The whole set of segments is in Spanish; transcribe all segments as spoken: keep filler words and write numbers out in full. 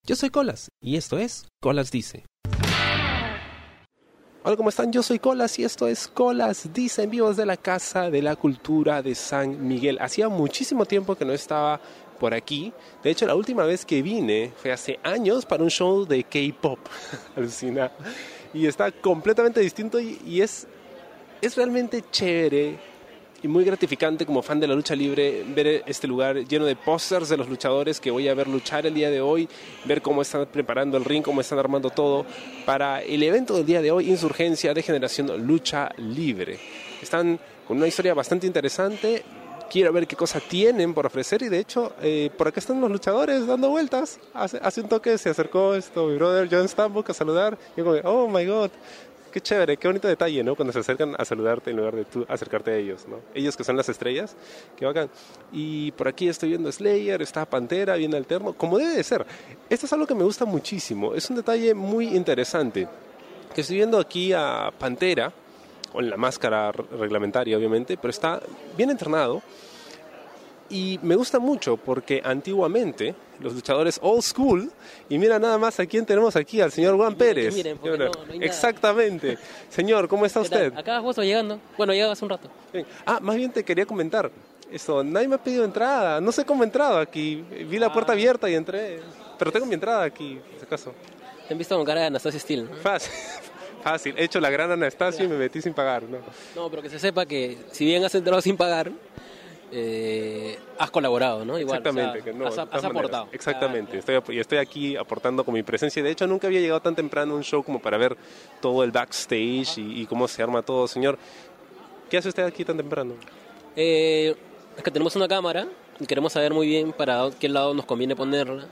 Yo soy Colas y esto es Colas Dice. Hola, ¿cómo están? Yo soy Colas y esto es Colas Dice, en vivo desde la Casa de la Cultura de San Miguel. Hacía muchísimo tiempo que no estaba por aquí. De hecho, la última vez que vine fue hace años para un show de K-pop. Alucina. Y está completamente distinto y, y es, es realmente chévere y muy gratificante como fan de la lucha libre ver este lugar lleno de pósters de los luchadores que voy a ver luchar el día de hoy, ver cómo están preparando el ring, cómo están armando todo para el evento del día de hoy, Insurgencia de Generación Lucha Libre. Están con una historia bastante interesante. Quiero ver qué cosas tienen por ofrecer y de hecho eh, por acá están los luchadores dando vueltas. Hace, hace un toque se acercó esto mi brother John Stambuk a saludar y yo como, oh my god, qué chévere, qué bonito detalle, ¿no? Cuando se acercan a saludarte en lugar de tú acercarte a ellos, ¿no? Ellos que son las estrellas, qué bacán. Y por aquí estoy viendo Slayer, está Pantera, viene Alterno, como debe de ser. Esto es algo que me gusta muchísimo, es un detalle muy interesante. Que estoy viendo aquí a Pantera, con la máscara reglamentaria obviamente, pero está bien entrenado. Y me gusta mucho porque antiguamente los luchadores old school, y mira nada más a quién tenemos aquí, al señor Juan Pérez. Miren, no, no exactamente. Señor, ¿cómo está usted? Acá justo llegando. Bueno, llega hace un rato. Bien. Ah, más bien te quería comentar. Esto, nadie me ha pedido entrada. No sé cómo he entrado aquí. Vi la puerta abierta y entré. Pero tengo mi entrada aquí, por si acaso. Te han visto con cara de Anastasia Steele, ¿no? Fácil. Fácil. He hecho la gran Anastasia y me metí sin pagar, ¿no? No, pero que se sepa que si bien has entrado sin pagar, Eh, has colaborado, ¿no? Igual, exactamente, o sea, que no, has, has aportado. Exactamente, ah, estoy, estoy aquí aportando con mi presencia. De hecho, nunca había llegado tan temprano a un show como para ver todo el backstage y, y cómo se arma todo. Señor, ¿qué hace usted aquí tan temprano? Eh, es que tenemos una cámara y queremos saber muy bien para qué lado nos conviene ponerla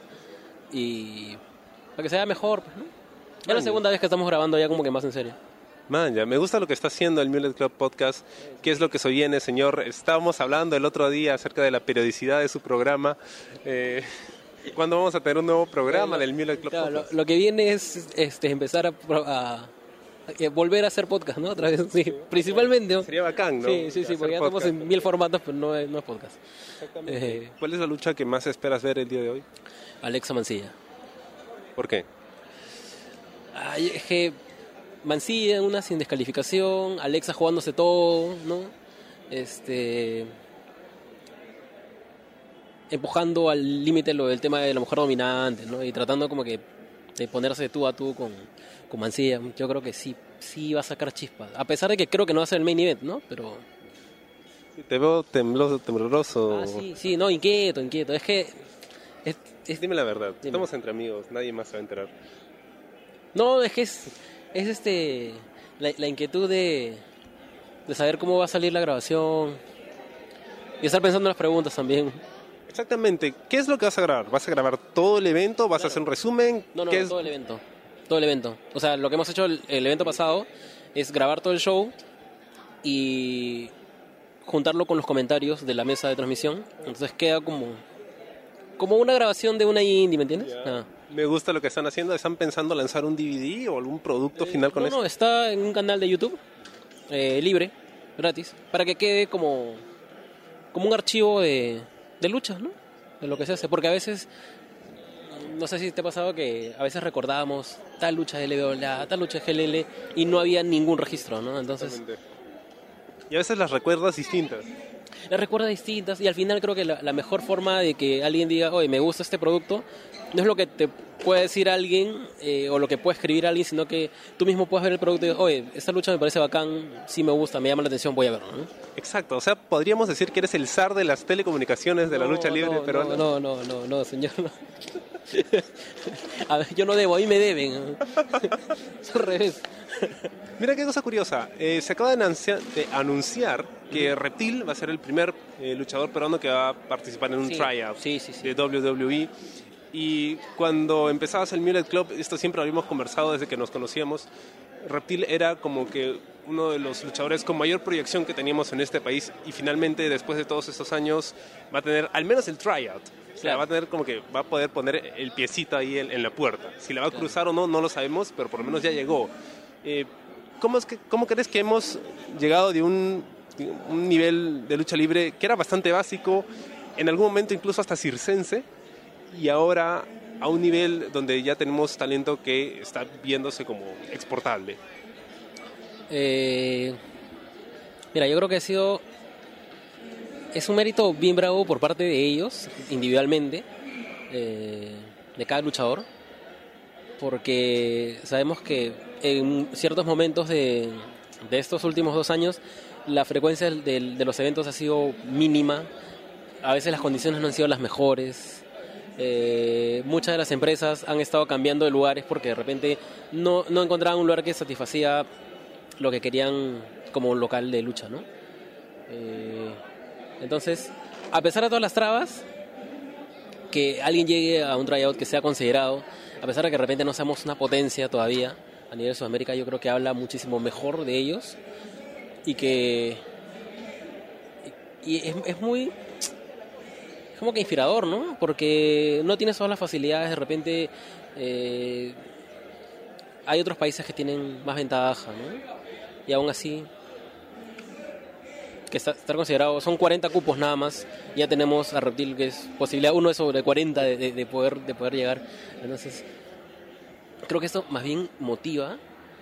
y para que sea mejor, pues, ¿no? Ya es la segunda vez que estamos grabando ya como que más en serio. Man, ya me gusta lo que está haciendo el Mullet Club Podcast. ¿Qué es lo que se viene, señor? Estábamos hablando el otro día acerca de la periodicidad de su programa. Eh, ¿Cuándo vamos a tener un nuevo programa Bueno, del Mullet Club claro, Podcast? Lo, lo que viene es este, empezar a, a, a volver a hacer podcast, ¿no? Otra vez, sí, principalmente, ¿no? Sería bacán, ¿no? Sí, sí, sí, porque ya estamos en mil formatos, pero no es, no es podcast. Exactamente. Eh, ¿Cuál es la lucha que más esperas ver el día de hoy? Alexa Mancilla. ¿Por qué? Ay, es que Mancilla, una sin descalificación, Alexa jugándose todo, ¿no? Este, empujando al límite lo del tema de la mujer dominante, ¿no? Y tratando como que de ponerse tú a tú con, con Mancilla. Yo creo que sí, sí va a sacar chispas. A pesar de que creo que no va a ser el main event, ¿no? Pero Sí, te veo tembloroso, tembloroso. Ah, sí, sí, no, inquieto, inquieto. Es que es, es... Dime la verdad, Dime. estamos entre amigos, nadie más se va a enterar. No, es que es, es este la, la inquietud de, de saber cómo va a salir la grabación y estar pensando en las preguntas también. Exactamente, ¿qué es lo que vas a grabar? ¿Vas a grabar todo el evento? ¿Vas Claro. a hacer un resumen? No, no, ¿Qué no, es? todo el evento. Todo el evento. O sea, lo que hemos hecho el, el evento pasado es grabar todo el show y juntarlo con los comentarios de la mesa de transmisión. Entonces queda como como una grabación de una indie, ¿me entiendes? Ya. Ah. Me gusta lo que están haciendo. ¿Están pensando lanzar un D V D o algún producto final con no, eso? No, está en un canal de YouTube, eh, libre, gratis, para que quede como, como un archivo de, de luchas, ¿no? De lo que se hace, porque a veces, no sé si te ha pasado que a veces recordábamos tal lucha de L W A, tal lucha de G L L, y no había ningún registro, ¿no? Entonces, Exactamente. Y a veces las recuerdas distintas. las recuerdas distintas, y al final creo que la, la mejor forma de que alguien diga, oye, me gusta este producto, no es lo que te puede decir alguien eh, o lo que puede escribir alguien, sino que tú mismo puedes ver el producto y dices, oye, esta lucha me parece bacán, sí me gusta, me llama la atención, voy a verlo, ¿no? Exacto, o sea, podríamos decir que eres el zar de las telecomunicaciones de la No, lucha libre no, peruana. No, no, no, no, señor. No. A ver, yo no debo, a mí me deben. Es al revés. Mira qué cosa curiosa, eh, se acaba de anunciar, de anunciar que Reptil va a ser el primer eh, luchador peruano que va a participar en un Sí, tryout sí, sí, sí. de W W E. Y cuando empezabas el Mullet Club, esto siempre habíamos conversado desde que nos conocíamos, Reptil era como que uno de los luchadores con mayor proyección que teníamos en este país y finalmente después de todos estos años va a tener al menos el tryout. O sea, Claro. va a tener como que va a poder poner el piecito ahí en, en la puerta. Si la va a cruzar o no, no lo sabemos, pero por lo menos ya llegó. Eh, ¿cómo, es que, ¿Cómo crees que hemos llegado de un, un nivel de lucha libre que era bastante básico, en algún momento incluso hasta circense, y ahora a un nivel donde ya tenemos talento que está viéndose como exportable? Eh, mira, yo creo que ha sido... Es un mérito bien bravo por parte de ellos, individualmente, eh, de cada luchador, porque sabemos que en ciertos momentos de, de estos últimos dos años la frecuencia de, de los eventos ha sido mínima, a veces las condiciones no han sido las mejores, eh, muchas de las empresas han estado cambiando de lugares porque de repente no, no encontraban un lugar que satisfacía lo que querían como un local de lucha, ¿no? Eh, entonces, a pesar de todas las trabas, que alguien llegue a un tryout que sea considerado, a pesar de que de repente no seamos una potencia todavía a nivel de Sudamérica, yo creo que habla muchísimo mejor de ellos y que y es, es muy es como que inspirador, ¿no? Porque no tienes todas las facilidades, de repente eh, hay otros países que tienen más ventaja, ¿no? Y aún así que está, estar considerado, son cuarenta cupos nada más, ya tenemos a Reptil que es posibilidad uno de sobre cuarenta de, de, de poder de poder llegar. Entonces creo que esto más bien motiva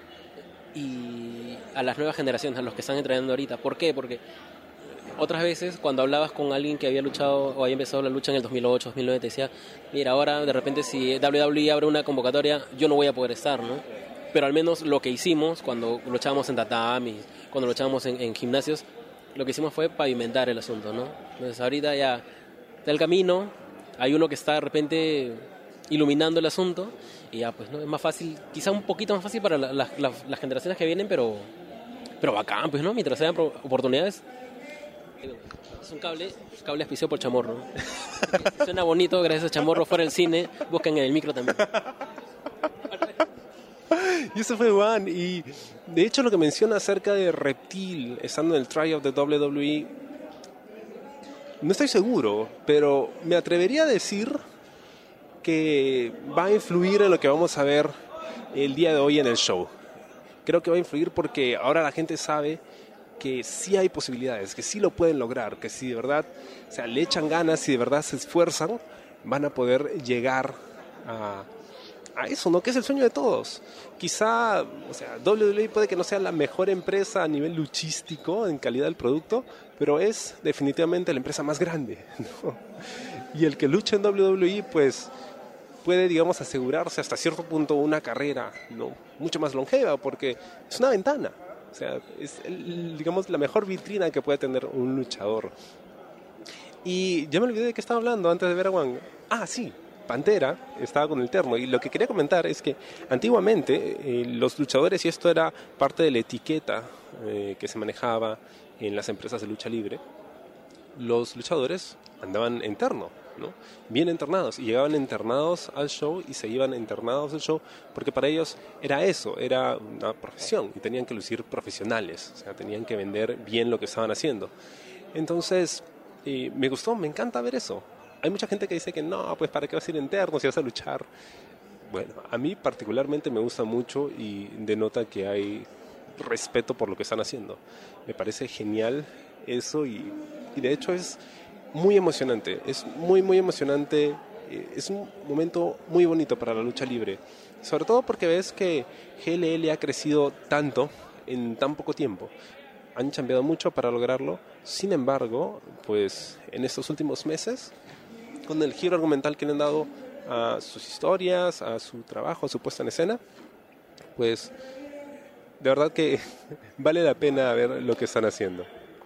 y a las nuevas generaciones, a los que están entrenando ahorita. ¿Por qué? Porque otras veces cuando hablabas con alguien que había luchado o había empezado la lucha en el dos mil ocho, dos mil nueve, te decía, mira, ahora de repente si W W E abre una convocatoria, yo no voy a poder estar, ¿no? Pero al menos lo que hicimos cuando luchábamos en tatamis, cuando luchábamos en, en gimnasios, lo que hicimos fue pavimentar el asunto, ¿no? Entonces ahorita ya está el camino, hay uno que está de repente iluminando el asunto y ya pues no es más fácil, quizá un poquito más fácil para la, la, la, las generaciones que vienen, pero pero bacán, pues, ¿no? Mientras sean oportunidades. Es un cable, cable auspiciado por Chamorro, ¿no? Suena bonito, gracias a Chamorro, fuera del cine, busquen en el micro también. Y eso fue Juan. Y de hecho lo que menciona acerca de Reptil estando en el tryout de W W E, no estoy seguro, pero me atrevería a decir que va a influir en lo que vamos a ver el día de hoy en el show. Creo que va a influir porque ahora la gente sabe que sí hay posibilidades, que sí lo pueden lograr, que si de verdad, o sea, le echan ganas, si de verdad se esfuerzan, van a poder llegar a a eso, ¿no? Que es el sueño de todos. Quizá, o sea, W W E puede que no sea la mejor empresa a nivel luchístico en calidad del producto, pero es definitivamente la empresa más grande, ¿no? Y el que lucha en W W E, pues, puede, digamos, asegurarse hasta cierto punto una carrera, ¿no? Mucho más longeva, porque es una ventana. O sea, es, el, digamos, la mejor vitrina que puede tener un luchador. Y ya me olvidé de qué estaba hablando antes de ver a Juan. Ah, sí. Pantera estaba con el termo, y lo que quería comentar es que antiguamente eh, los luchadores, y esto era parte de la etiqueta eh, que se manejaba en las empresas de lucha libre, los luchadores andaban en terno, ¿no? Bien internados, y llegaban internados al show y se iban internados al show porque para ellos era eso, era una profesión y tenían que lucir profesionales, o sea, tenían que vender bien lo que estaban haciendo. Entonces eh, me gustó, me encanta ver eso. Hay mucha gente que dice que no, pues para qué vas a ir interno si vas a luchar. Bueno, a mí particularmente me gusta mucho y denota que hay respeto por lo que están haciendo. Me parece genial eso y, y de hecho es muy emocionante. Es muy, muy emocionante. Es un momento muy bonito para la lucha libre. Sobre todo porque ves que G L L ha crecido tanto en tan poco tiempo. Han chambeado mucho para lograrlo. Sin embargo, pues en estos últimos meses, con el giro argumental que le han dado a sus historias, a su trabajo, a su puesta en escena, pues de verdad que vale la pena ver lo que están haciendo.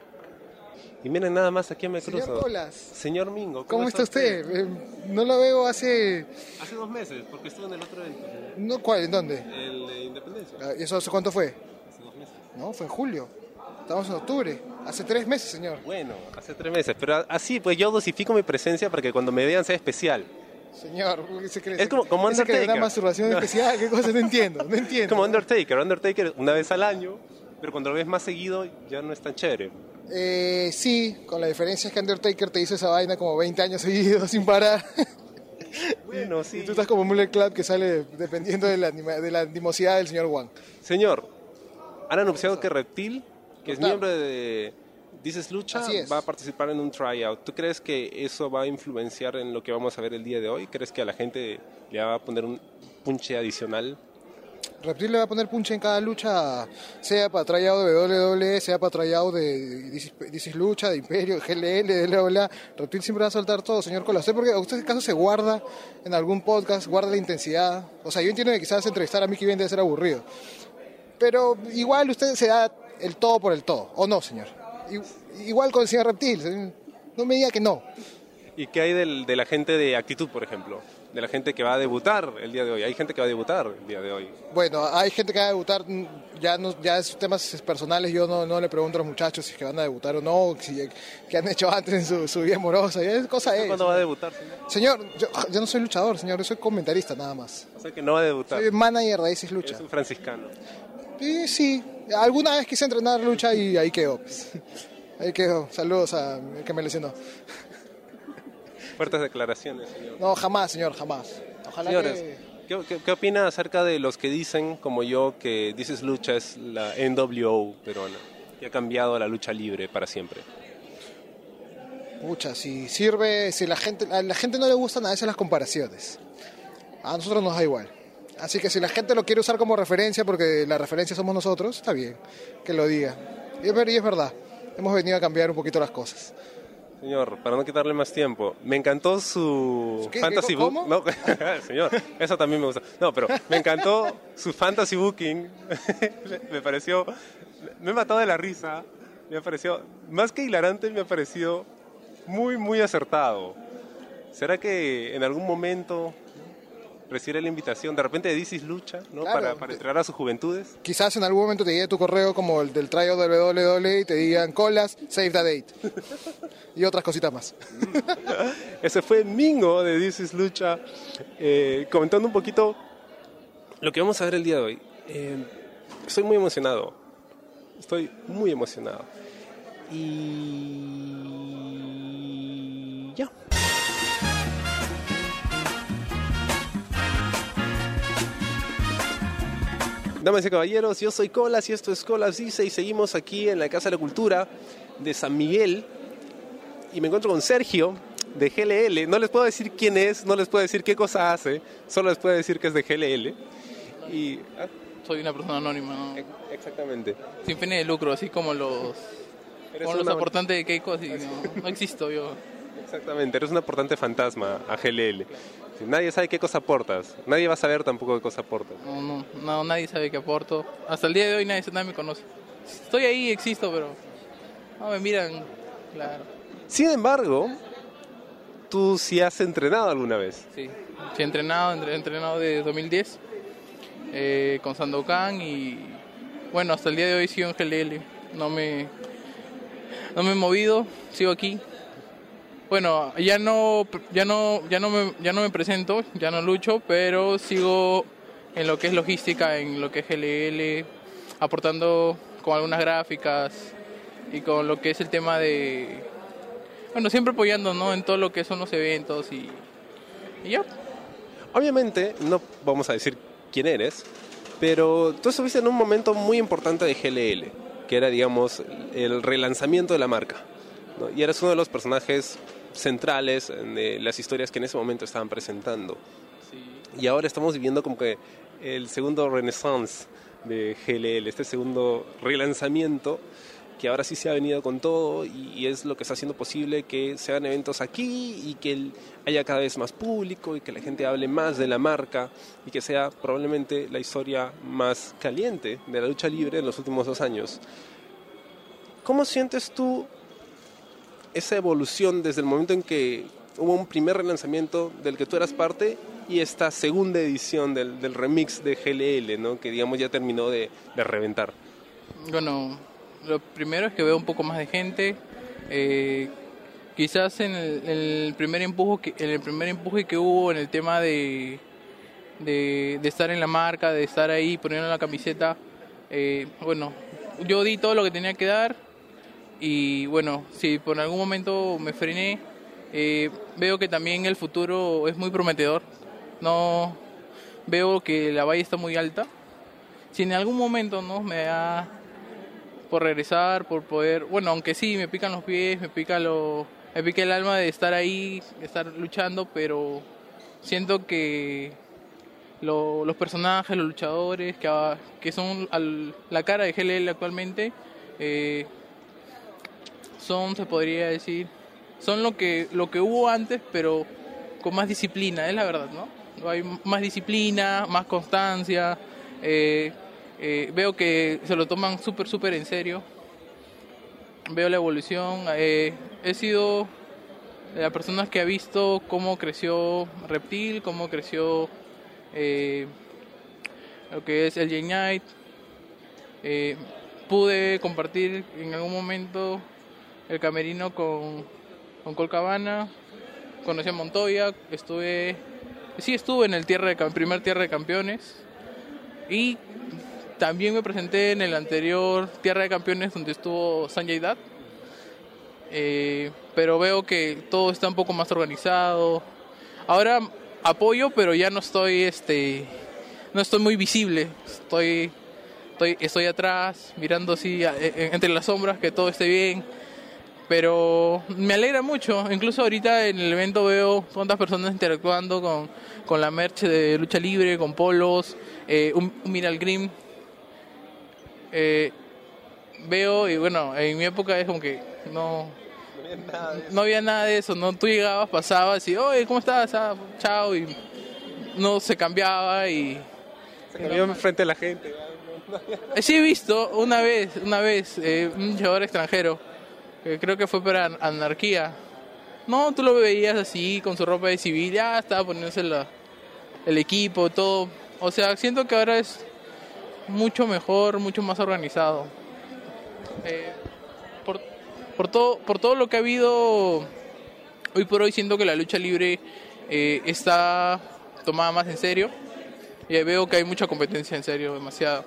Y miren nada más a quién me cruzo. Señor Colas. Señor Mingo. ¿Cómo, ¿Cómo está usted? usted? Eh, no lo veo hace... Hace dos meses, porque estuve en el otro evento. No, ¿cuál? ¿En dónde? El de Independencia. ¿Eso hace cuánto fue? Hace dos meses. No, fue en julio. Estamos en octubre. Hace tres meses, señor. Bueno, hace tres meses. Pero así, pues yo dosifico mi presencia para que cuando me vean sea especial. Señor, ¿qué se cree? Es como, como Undertaker. ¿Es una masturbación no. especial? ¿Qué cosa? No entiendo, no entiendo. Es como Undertaker. Undertaker una vez al año, pero cuando lo ves más seguido ya no es tan chévere. Eh, sí, con la diferencia es que Undertaker te hizo esa vaina como veinte años seguidos sin parar. Bueno, sí. Y tú estás como Muller Club que sale dependiendo de la, de la animosidad del señor Juan. Señor, han anunciado que Reptil, que es miembro de, Dices Lucha Así es. va a participar en un tryout. ¿Tú crees que eso va a influenciar en lo que vamos a ver el día de hoy? ¿Crees que a la gente le va a poner un punche adicional? Reptil le va a poner punche en cada lucha, sea para tryout de doble u doble u E, sea para tryout de Dices Lucha, de Imperio, G L L, de bla, bla, bla. Reptil siempre va a soltar todo, señor Cola. ¿Usted, porque a usted acaso se guarda en algún podcast, guarda la intensidad? O sea, yo entiendo que quizás entrevistar a Mickey Ben debe ser aburrido. Pero igual usted se da el todo por el todo, ¿o no, señor? Igual con el señor Reptil, no me diga que no. ¿Y qué hay del, de la gente de actitud, por ejemplo? De la gente que va a debutar el día de hoy. Hay gente que va a debutar el día de hoy. Bueno, hay gente que va a debutar, ya no, ya esos temas personales yo no, no le pregunto a los muchachos si es que van a debutar o no, si, qué han hecho antes en su, su vida amorosa, es cosa de ellos. ¿Cuándo va a debutar, señor? Señor, yo, yo no soy luchador, señor, yo soy comentarista nada más. O sea que no va a debutar. Soy manager de Dices Lucha. Es un franciscano. Y sí, alguna vez quise entrenar lucha y ahí quedó. Pues. Ahí quedó. Saludos a que me lesionó. Fuertes declaraciones, señor. No, jamás, señor, jamás. Ojalá Señores, que... ¿qué, qué, qué opina acerca de los que dicen, como yo, que Dices Lucha es la N W O peruana, que ha cambiado la lucha libre para siempre? Pucha, si sirve, si la gente, a la gente no le gustan a veces las comparaciones. A nosotros nos da igual. Así que si la gente lo quiere usar como referencia, porque la referencia somos nosotros, está bien, que lo diga. Y es, y es verdad, hemos venido a cambiar un poquito las cosas. Señor, para no quitarle más tiempo, me encantó su ¿Qué? fantasy ¿Cómo? book. No, señor, eso también me gusta. No, pero me encantó su fantasy booking. Me pareció, me he matado de la risa. Me pareció, más que hilarante, me ha parecido muy, muy acertado. ¿Será que en algún momento recibe la invitación de repente de Dices Lucha, ¿no? Claro. para, para entrenar a sus juventudes? Quizás en algún momento te llegue tu correo como el del tryout de doble u doble u E y te digan colas, save the date. Y otras cositas más. Ese fue Mingo de Dices Lucha, eh, comentando un poquito lo que vamos a ver el día de hoy. Eh, estoy muy emocionado. Estoy muy emocionado. Y ya. Damas y caballeros, yo soy Colas y esto es Colas Dice y seguimos aquí en la Casa de la Cultura de San Miguel y me encuentro con Sergio de G L L. No les puedo decir quién es, no les puedo decir qué cosa hace, solo les puedo decir que es de G L L. Y, ah, Soy una persona anónima, ¿no? exactamente. Sin fines de lucro, así como los, Eres como los una- aportantes de Keiko, así, no, no existo yo. Exactamente, eres un aportante fantasma a G L L. Si nadie sabe qué cosa aportas, nadie va a saber tampoco qué cosa aportas. No, no, no, nadie sabe qué aporto. Hasta el día de hoy nadie, nadie me conoce. Estoy ahí, existo, pero no me miran, claro. Sin embargo, tú sí has entrenado alguna vez. Sí, sí he entrenado, he entrenado de dos mil diez eh, con Sandokan y bueno, hasta el día de hoy sigo en G L L. No me, no me he movido, sigo aquí. Bueno, ya no, ya no, ya no me, ya no me presento, ya no lucho, pero sigo en lo que es logística, en lo que es G L L, aportando con algunas gráficas y con lo que es el tema de, bueno, siempre apoyando, ¿no? En todo lo que son los eventos y, y ya. Obviamente, no vamos a decir quién eres, pero tú estuviste en un momento muy importante de G L L, que era, digamos, el relanzamiento de la marca, ¿no? Y eres uno de los personajes centrales de las historias que en ese momento estaban presentando. Sí. Y ahora estamos viviendo como que el segundo renaissance de G L L, este segundo relanzamiento que ahora sí se ha venido con todo y, y es lo que está haciendo posible que se hagan eventos aquí y que el- haya cada vez más público y que la gente hable más de la marca y que sea probablemente la historia más caliente de la lucha libre en los últimos dos años. ¿Cómo sientes tú esa evolución desde el momento en que hubo un primer relanzamiento del que tú eras parte y esta segunda edición del, del remix de G L L, ¿no? Que digamos ya terminó de, de reventar? Bueno, lo primero es que veo un poco más de gente. Eh, quizás en el, en el primer empuje que, en el primer empuje que hubo en el tema de, de, de estar en la marca, de estar ahí poniendo la camiseta, eh, bueno, yo di todo lo que tenía que dar y bueno, si por algún momento me frené, eh, veo que también el futuro es muy prometedor. No veo que la valla está muy alta. Si en algún momento no me da por regresar, por poder, bueno, aunque sí, me pican los pies, me pica, lo, me pica el alma de estar ahí, de estar luchando, pero siento que lo, los personajes, los luchadores, que, que son al, la cara de G L L actualmente, eh, son, se podría decir, son lo que, lo que hubo antes, pero con más disciplina, es la verdad, ¿no? Hay más disciplina, más constancia, eh, eh, veo que se lo toman súper, súper en serio, veo la evolución, eh, he sido de las personas que ha visto cómo creció Reptil, cómo creció eh, lo que es el J Knight, eh, pude compartir en algún momento el camerino con, con Colt Cabana, conocí a Montoya, estuve, sí estuve en el tierra de, primer Tierra de Campeones y también me presenté en el anterior Tierra de Campeones donde estuvo Sanjay Dutt, eh, pero veo que todo está un poco más organizado. Ahora apoyo, pero ya no estoy, este, no estoy muy visible, estoy, estoy, estoy atrás mirando así entre las sombras que todo esté bien. Pero me alegra mucho, incluso ahorita en el evento veo cuántas personas interactuando con, con la merch de lucha libre, con polos, eh, un, un Miral Grim. Eh, veo, y bueno, en mi época es como que no, no, había nada de eso. no había nada de eso, ¿no? Tú llegabas, pasabas y, oye, ¿cómo estás? Ah, chao, y no se cambiaba y... Se cambiaba no, frente a la gente. Sí he visto una vez, una vez, eh, un jugador extranjero, que creo que fue para Anarquía. No, tú lo veías así, con su ropa de civil, ya estaba poniéndose la, el equipo, todo. O sea, siento que ahora es mucho mejor, mucho más organizado. Eh, por, por, todo, por todo lo que ha habido, hoy por hoy siento que la lucha libre eh, está tomada más en serio. Y veo que hay mucha competencia en serio, demasiado.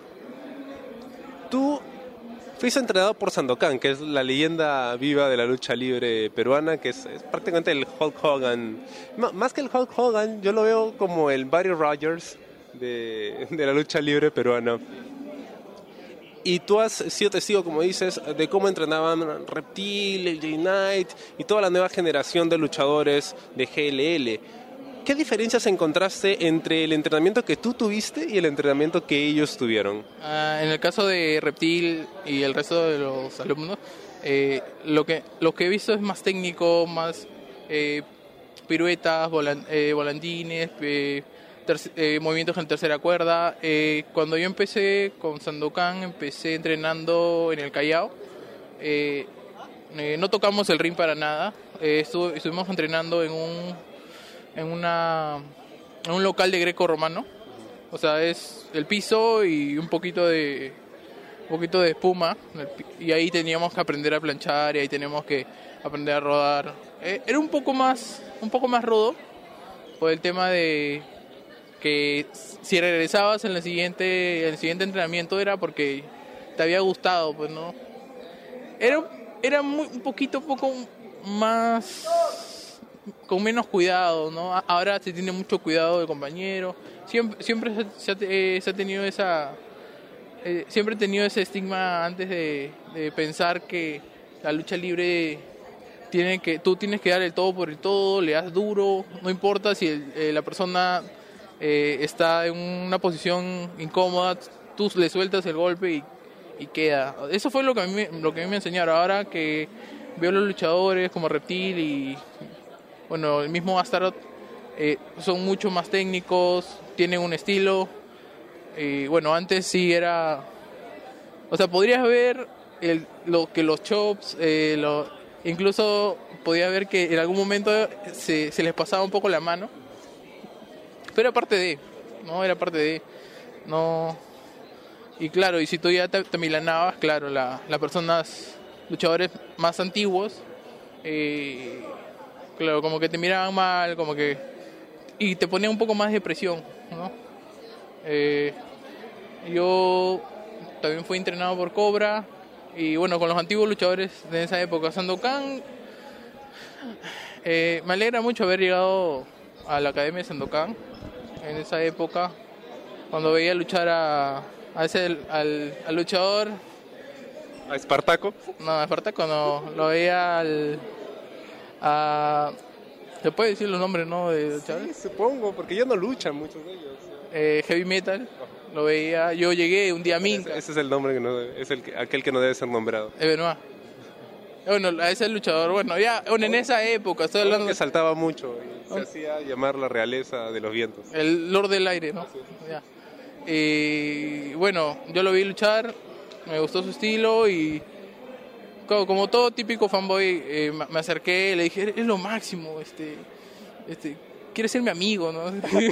Tú fuiste entrenado por Sandokan, que es la leyenda viva de la lucha libre peruana, que es, es prácticamente el Hulk Hogan. No, más que el Hulk Hogan, yo lo veo como el Buddy Rogers de, de la lucha libre peruana. Y tú has sido testigo, como dices, de cómo entrenaban Reptil, el J Knight y toda la nueva generación de luchadores de G L L. ¿Qué diferencias encontraste entre el entrenamiento que tú tuviste y el entrenamiento que ellos tuvieron? Uh, en el caso de Reptil y el resto de los alumnos, eh, lo que lo que he visto es más técnico, más eh, piruetas, volan, eh, volandines, eh, ter- eh, movimientos en tercera cuerda. Eh, cuando yo empecé con Sandokan, empecé entrenando en el Callao. Eh, eh, no tocamos el ring para nada. Eh, estuvo, estuvimos entrenando en un en una en un local de greco-romano, o sea, es el piso y un poquito de un poquito de espuma, y ahí teníamos que aprender a planchar y ahí teníamos que aprender a rodar. Eh, era un poco más un poco más rudo por el tema de que si regresabas en el siguiente el siguiente entrenamiento era porque te había gustado, pues no. Era era muy, un poquito poco más con menos cuidado, ¿no? Ahora se tiene mucho cuidado del compañero. Siempre, siempre se, ha, eh, se ha tenido esa, eh, siempre he tenido ese estigma antes de, de pensar que la lucha libre tiene que, tú tienes que dar el todo por el todo, le das duro, no importa si el, eh, la persona eh, está en una posición incómoda, tú le sueltas el golpe y, y queda. Eso fue lo que a mí, lo que a mí me enseñaron. Ahora que veo los luchadores como Reptil y bueno, el mismo Astaroth, eh, son mucho más técnicos, tienen un estilo. Eh, bueno, antes sí era... O sea, podrías ver el, lo que los chops, eh, lo, incluso podías ver que en algún momento se, se les pasaba un poco la mano. Pero era parte de, ¿no? Era parte de... No... Y claro, y si tú ya te, te milanabas, claro, las la personas, luchadores más antiguos... Eh, Claro, como que te miraban mal, como que... Y te ponía un poco más de presión, ¿no? Eh, yo también fui entrenado por Cobra. Y bueno, con los antiguos luchadores de esa época. Sandokan... Eh, me alegra mucho haber llegado a la Academia de Sandokan en esa época. Cuando veía luchar a, a ese, al, al luchador... ¿A Espartaco? No, a Espartaco no. Lo veía al... A... ¿Se puede decir los nombres, no? De Sí, supongo, porque ya no luchan muchos de ellos. eh, Heavy Metal. Lo veía. Yo llegué un día a Minca. Ese, ese es el nombre que no, es el que- aquel que no debe ser nombrado. Eh, Benoit. Bueno, a ese luchador, bueno, ya, bueno, en esa época, estoy hablando Que de saltaba mucho y se Oh. hacía llamar la realeza de los vientos. el Lord del Aire, ¿no? Ya. Y bueno, yo lo vi luchar, me gustó su estilo y como, como todo típico fanboy, eh, me me acerqué, le dije, es lo máximo, este, este, quieres ser mi amigo, ¿no?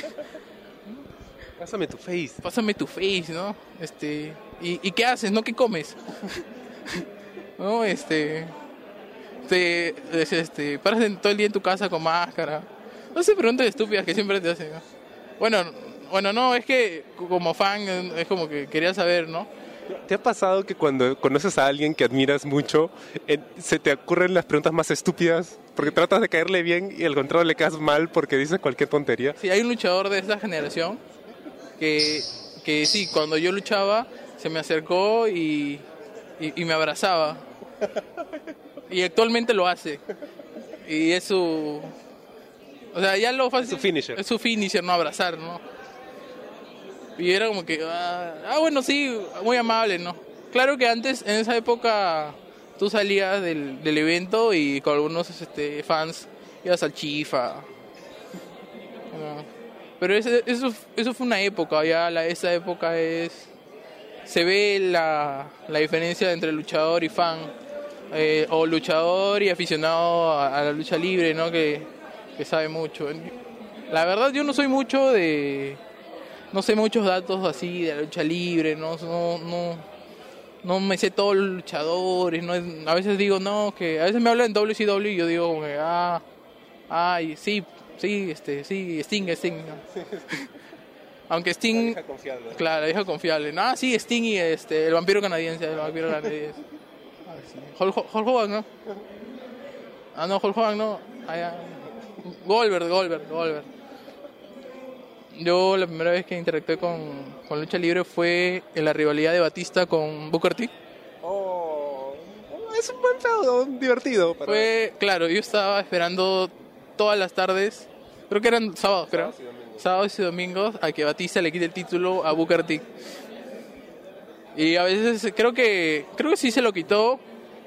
Pásame tu face. Pásame tu face, ¿no? Este, y, ¿y qué haces, no? ¿Qué comes? ¿No? Este, te, es, este, paras en- todo el día en tu casa con máscara. No sé, preguntas estúpidas que siempre te hacen, ¿no? Bueno, bueno, no, es que como fan eh, es como que quería saber, ¿no? ¿Te ha pasado que cuando conoces a alguien que admiras mucho, eh, se te ocurren las preguntas más estúpidas? Porque tratas de caerle bien y al contrario le caes mal porque dices cualquier tontería. Sí, hay un luchador de esta generación que, que sí, cuando yo luchaba se me acercó y, y, y me abrazaba. Y actualmente lo hace. Y es su... O sea, ya lo fácil... Es su finisher. Es su finisher, no abrazar, ¿no? Y era como que... Ah, ah, bueno, sí, muy amable, ¿no? Claro que antes, en esa época, tú salías del, del evento y con algunos este, fans ibas al Chifa. ¿No? Pero ese- eso, eso fue una época, ya la, esa época es... Se ve la, la diferencia entre luchador y fan, eh, o luchador y aficionado a, a la lucha libre, ¿no? Que, que sabe mucho. La verdad yo no soy mucho de... No sé muchos datos así de la lucha libre, no, no, no, no me sé todos los luchadores, no, a veces digo no, que a veces me hablan en W C W y yo digo como que, ah, ay, sí, sí, este, sí, Sting, Sting, ¿no? Aunque Sting, claro, la vieja confiable, no, sí, Sting y este, el vampiro canadiense, el vampiro canadiense, ah, sí. Hulk, Hulk Hogan, ¿no? Ah, no, Hulk Hogan, no, ah, ya. Goldberg, Goldberg, Goldberg. Yo la primera vez que interactué con, con lucha libre fue en la rivalidad de Batista con Booker T. Oh, es un buen feudo, divertido. para- Fue, claro, yo estaba esperando todas las tardes, creo que eran sábados, creo, Sábados y domingos. sábados y domingos, a que Batista le quite el título a Booker T. Y a veces creo que, creo que sí se lo quitó.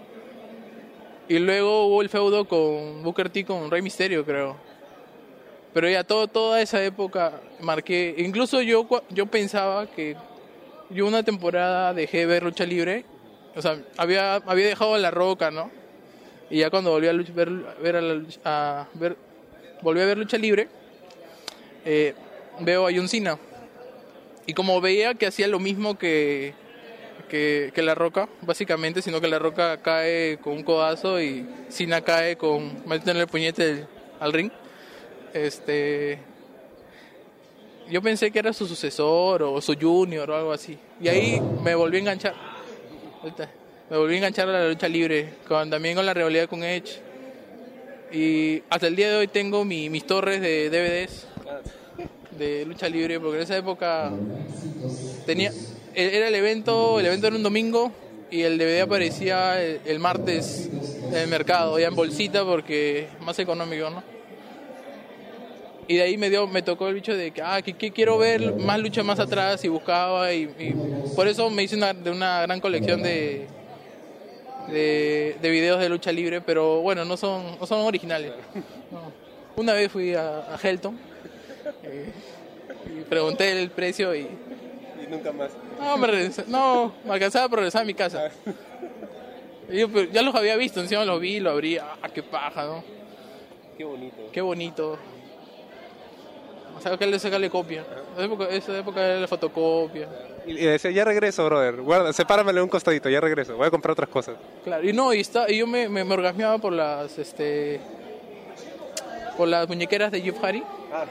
Y luego hubo el feudo con Booker T con Rey Mysterio, creo. Pero ya todo, toda esa época marqué. Incluso yo, cua- yo pensaba que yo una temporada dejé de ver lucha libre. O sea, había, había dejado La Roca, ¿no? Y ya cuando volví a luch- ver, ver a la lucha- a ver, volví a ver lucha libre, eh, veo a John Cena. Y como veía que hacía lo mismo que, que, que La Roca, básicamente, sino que La Roca cae con un codazo y Cena cae con metiéndole el puñete al ring. Este, yo pensé que era su sucesor o su junior o algo así. Y ahí me volví a enganchar. Ahorita, Me volví a enganchar a la lucha libre, con, también con la rivalidad con Edge. Y hasta el día de hoy tengo mi- mis torres de D V Ds de lucha libre, porque en esa época tenía era el evento, el evento era un domingo y el D V D aparecía el, el martes en el mercado, ya en bolsita porque más económico, ¿no? Y de ahí me dio me tocó el bicho de que, ah, que, que quiero ver más lucha más atrás y buscaba y, y por eso me hice una, de una gran colección de, de, de videos de lucha libre, pero bueno, no son, no son originales. No. Una vez fui a, a Helton eh, y pregunté el precio y Y nunca más. no, me, regresé- no, me alcanzaba para regresar a mi casa. Y yo, pero ya los había visto, encima los vi, lo abrí, ah, qué paja, ¿no? Qué bonito. Qué bonito. O sea, que le sacarle copia. Esa época, esa época era la fotocopia. Y, y decía, ya regreso, brother. Guarda, sepáramele un costadito, ya regreso. Voy a comprar otras cosas. Claro, y no, y, está, y yo me, me, me orgasmeaba por las, este... por las muñequeras de Jeff Hardy.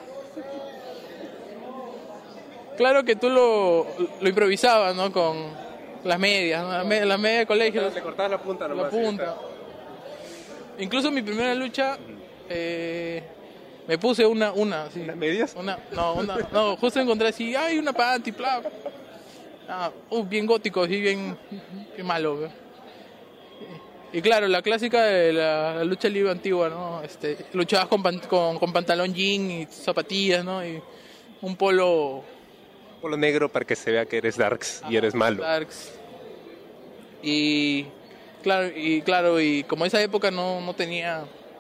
Claro que tú lo, lo improvisabas, ¿no? Con las medias, ¿no? Las medias, las medias de colegio. Le cortabas la punta nomás. La punta. Incluso mi primera lucha, eh, me puse una, una, sí. ¿Las medias? Una, no, una, no, justo encontré así, ay, una panty, pla. Ah, uh, bien gótico, así, bien, bien malo, ¿ve? Y claro, la clásica de la, la lucha libre antigua, ¿no? Este, luchabas con, pan- con, con pantalón jean y zapatillas, ¿no? Y un polo... Polo negro para que se vea que eres Darks y eres malo. Darks. Y claro, y claro, y como esa época no, no tenía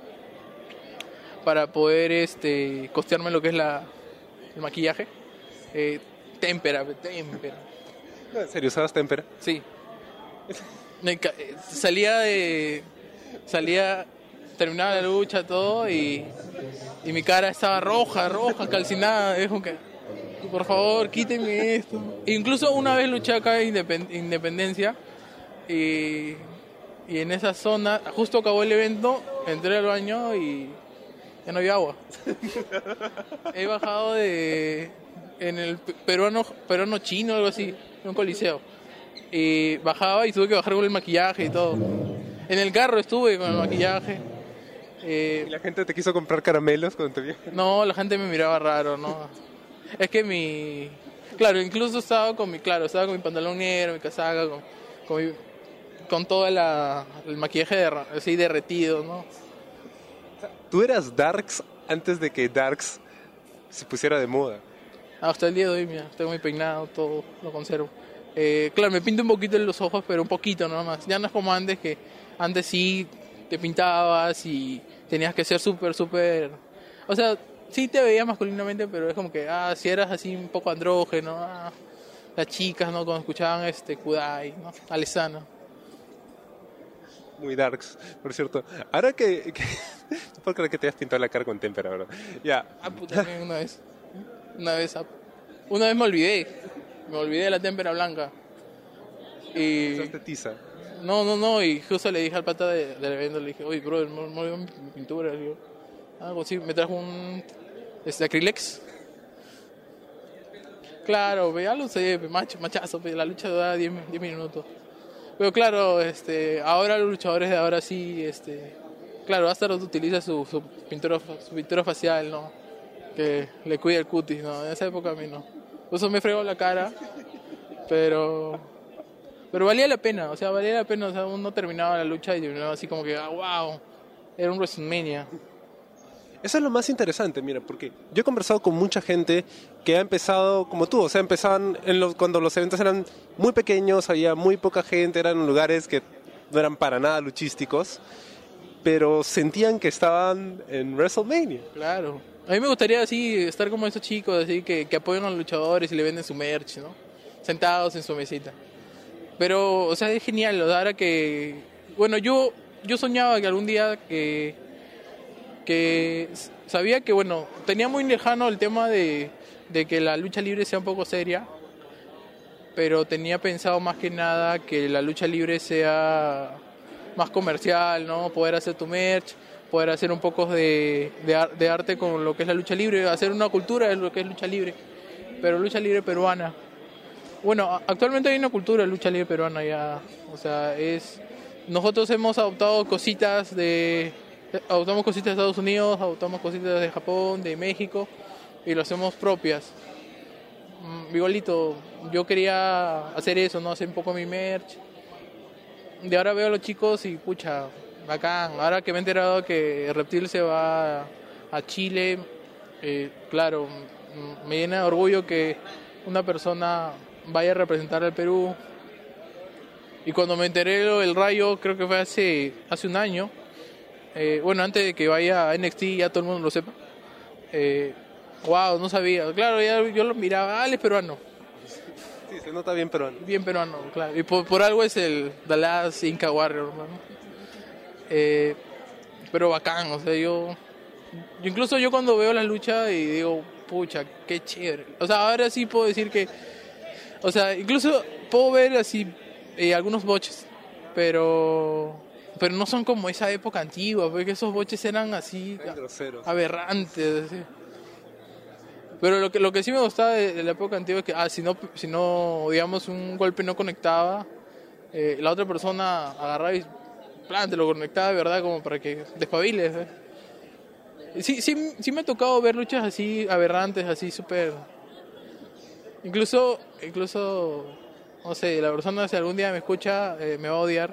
para poder este costearme lo que es la el maquillaje, eh, témpera, témpera. No, ¿en serio usabas témpera? Sí. Me ca- eh, salía de salía terminaba la lucha todo y y mi cara estaba roja, roja, calcinada, es como que por favor, quítenme esto. Incluso una vez luché acá en Independ- Independencia y, y en esa zona, justo acabó el evento, entré al baño y ya no había agua. He bajado de en el pe- peruano peruano chino, algo así, en un coliseo. Y bajaba y tuve que bajar con el maquillaje y todo. En el carro estuve con el maquillaje. Eh, ¿Y la gente te quiso comprar caramelos cuando te vio? no, la gente me miraba raro, ¿no? Es que mi... Claro, incluso estaba con mi... Claro, estaba con mi pantalón negro, mi casaca, con, con, mi- con todo la, el maquillaje derra- así derretido, ¿no? Tú eras Darks antes de que Darks se pusiera de moda. Hasta el día de hoy, mira, tengo mi peinado, todo lo conservo. Eh, claro, me pinto un poquito en los ojos, pero un poquito nada más. Ya no es como antes, que antes sí te pintabas y tenías que ser súper, súper... O sea, sí te veías masculinamente, pero es como que, ah, si eras así un poco andrógeno, ah, las chicas, ¿no? Cuando escuchaban este Kudai, ¿no? Alesana. Muy Darks, por cierto. Ahora que... que no puedo creer que te hayas pintado la cara con témpera, ¿verdad? Ya. Ah, puta, también una vez. Una vez, ah, una vez me olvidé. Me olvidé de la témpera blanca. Y... Usaste tiza. No, no, no, y justo le dije al pata de- del evento, le dije, oye, bro, me me olvidó mi mi pintura, le digo, algo así, me trajo un, este, Acrylex. Claro, ve, ya lo sé, pe, macho, machazo, pe, la lucha dura diez minutos. Pero claro, este, ahora los luchadores de ahora sí, este, claro, hasta utiliza su, su pintura, su pintura facial, ¿no? Que le cuida el cutis, ¿no? En esa época a mí no. Por eso me fregó la cara, pero... Pero valía la pena, o sea, valía la pena, o sea, uno terminaba la lucha y terminaba así como que, ah, wow, era un WrestleMania. Eso es lo más interesante, mira, porque yo he conversado con mucha gente que ha empezado como tú, o sea, empezaban en los, cuando los eventos eran muy pequeños, había muy poca gente, eran lugares que no eran para nada luchísticos, pero sentían que estaban en WrestleMania. Claro. A mí me gustaría así estar como esos chicos, así que, que apoyan a los luchadores y le venden su merch, ¿no? Sentados en su mesita. Pero, o sea, es genial, o sea, ahora que... Bueno, yo, yo soñaba que algún día que... que sabía que, bueno, tenía muy lejano el tema de, de que la lucha libre sea un poco seria, pero tenía pensado más que nada que la lucha libre sea más comercial, ¿no? Poder hacer tu merch, poder hacer un poco de, de, ar- de arte con lo que es la lucha libre, hacer una cultura de lo que es lucha libre, pero lucha libre peruana. Bueno, a- actualmente hay una cultura de lucha libre peruana ya, o sea, es... Nosotros hemos adoptado cositas de... Adoptamos cositas de Estados Unidos, adoptamos cositas de Japón, de México, y lo hacemos propias. Mm, igualito, yo quería hacer eso, ¿no? Hacer un poco mi merch. De ahora veo a los chicos y, pucha, bacán. Ahora que me he enterado que Reptil se va a Chile, eh, claro, mm, me llena de orgullo que una persona vaya a representar al Perú. Y cuando me enteré lo del Rayo, creo que fue hace, hace un año, eh, bueno, antes de que vaya a N X T, ya todo el mundo lo sepa, eh, wow, no sabía. Claro, ya yo lo miraba, ah, él es peruano, Sí, se nota bien peruano. bien peruano, claro. Y por, por algo es el The Last Inca Warrior, hermano. Eh, pero bacán, o sea, yo, yo... Incluso yo cuando veo las luchas y digo, pucha, qué chévere. O sea, ahora sí puedo decir que... O sea, incluso puedo ver así eh, algunos boches, pero... Pero no son como esa época antigua, porque esos boches eran así... Eran groseros. Aberrantes, así. Pero lo que, lo que sí me gustaba de, de la época antigua es que, ah, si no, si no, digamos, un golpe no conectaba, eh, la otra persona agarraba y plan, te lo conectaba de verdad como para que despabiles. ¿eh? Sí, sí, sí me ha tocado ver luchas así aberrantes, así súper... Incluso, incluso, no sé, la persona si algún día me escucha eh, me va a odiar,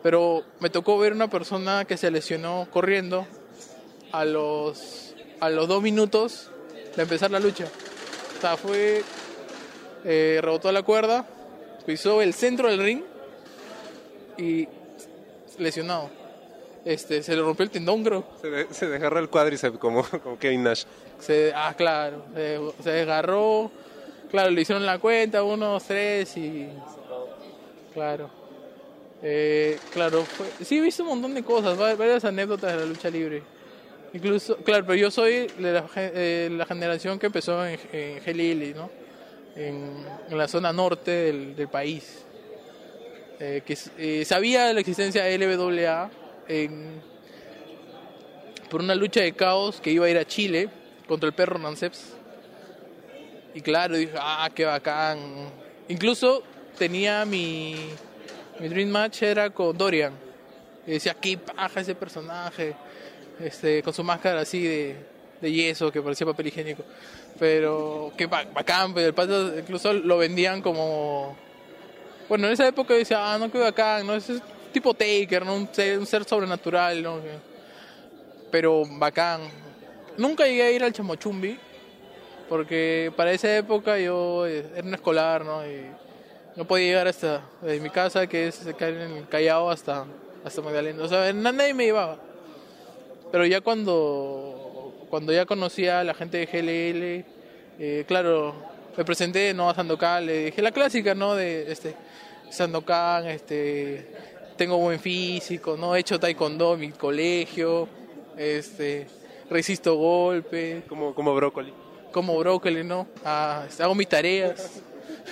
Pero me tocó ver una persona que se lesionó corriendo a los, a los dos minutos de empezar la lucha. O sea, fue, eh, rebotó la cuerda, pisó el centro del ring y lesionado. Este, se le rompió el tendón, creo. Se, de- se desgarró el cuádriceps como, como Kevin Nash. Se, ah, claro, se, se desgarró. Claro, le hicieron la cuenta, uno, dos, tres y... Claro. Eh, claro, fue, sí he visto un montón de cosas, va- varias anécdotas de la lucha libre. Incluso, claro, pero yo soy de la, ge- eh, la generación que empezó en, en Gelili, ¿no? En, en la zona norte del, del país. Eh, que s- eh, sabía de la existencia de L W A en, por una lucha de caos que iba a ir a Chile contra el perro Nanceps. Y claro, dije, ah, qué bacán. Incluso tenía mi, mi dream match era con Dorian. Y decía, qué paja ese personaje. Este, con su máscara así de, de yeso que parecía papel higiénico. Pero qué ba- bacán, pero el pato incluso lo vendían como... Bueno, en esa época decía, ah, no, qué bacán, ¿no? Ese es tipo Taker, ¿no? Un ser, un ser sobrenatural, ¿no? Pero bacán. Nunca llegué a ir al Chamochumbi, porque para esa época yo eh, era un escolar, ¿no? Y no podía llegar hasta de mi casa, que es acá en el Callao, hasta, hasta Magdalena. O sea, na- nadie me llevaba. Pero ya cuando, cuando ya conocía a la gente de G L L, eh, claro, me presenté, ¿no? A Sandokan, le dije la clásica, ¿no? De este, Sandokan, este, tengo buen físico, ¿no? He hecho taekwondo en mi colegio, este, resisto golpes, Como, como brócoli. como brócoli, ¿no? Ah, hago mis tareas.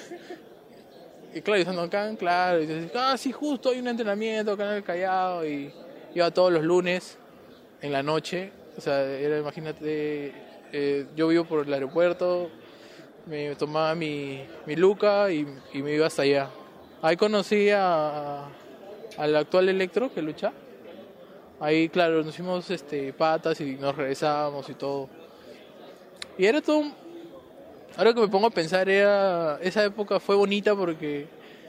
Y claro, y Sandokan, claro, y dice, ah, sí, justo hay un entrenamiento acá en el Callao, y iba todos los lunes en la noche. O sea, era, imagínate, eh, yo vivo por el aeropuerto, me tomaba mi, mi Luca y, y me iba hasta allá. Ahí conocí a, a- al actual Electro que lucha. Ahí, claro, nos hicimos este, patas y nos regresábamos y todo. Y era todo... un- Ahora que me pongo a pensar, era, esa época fue bonita porque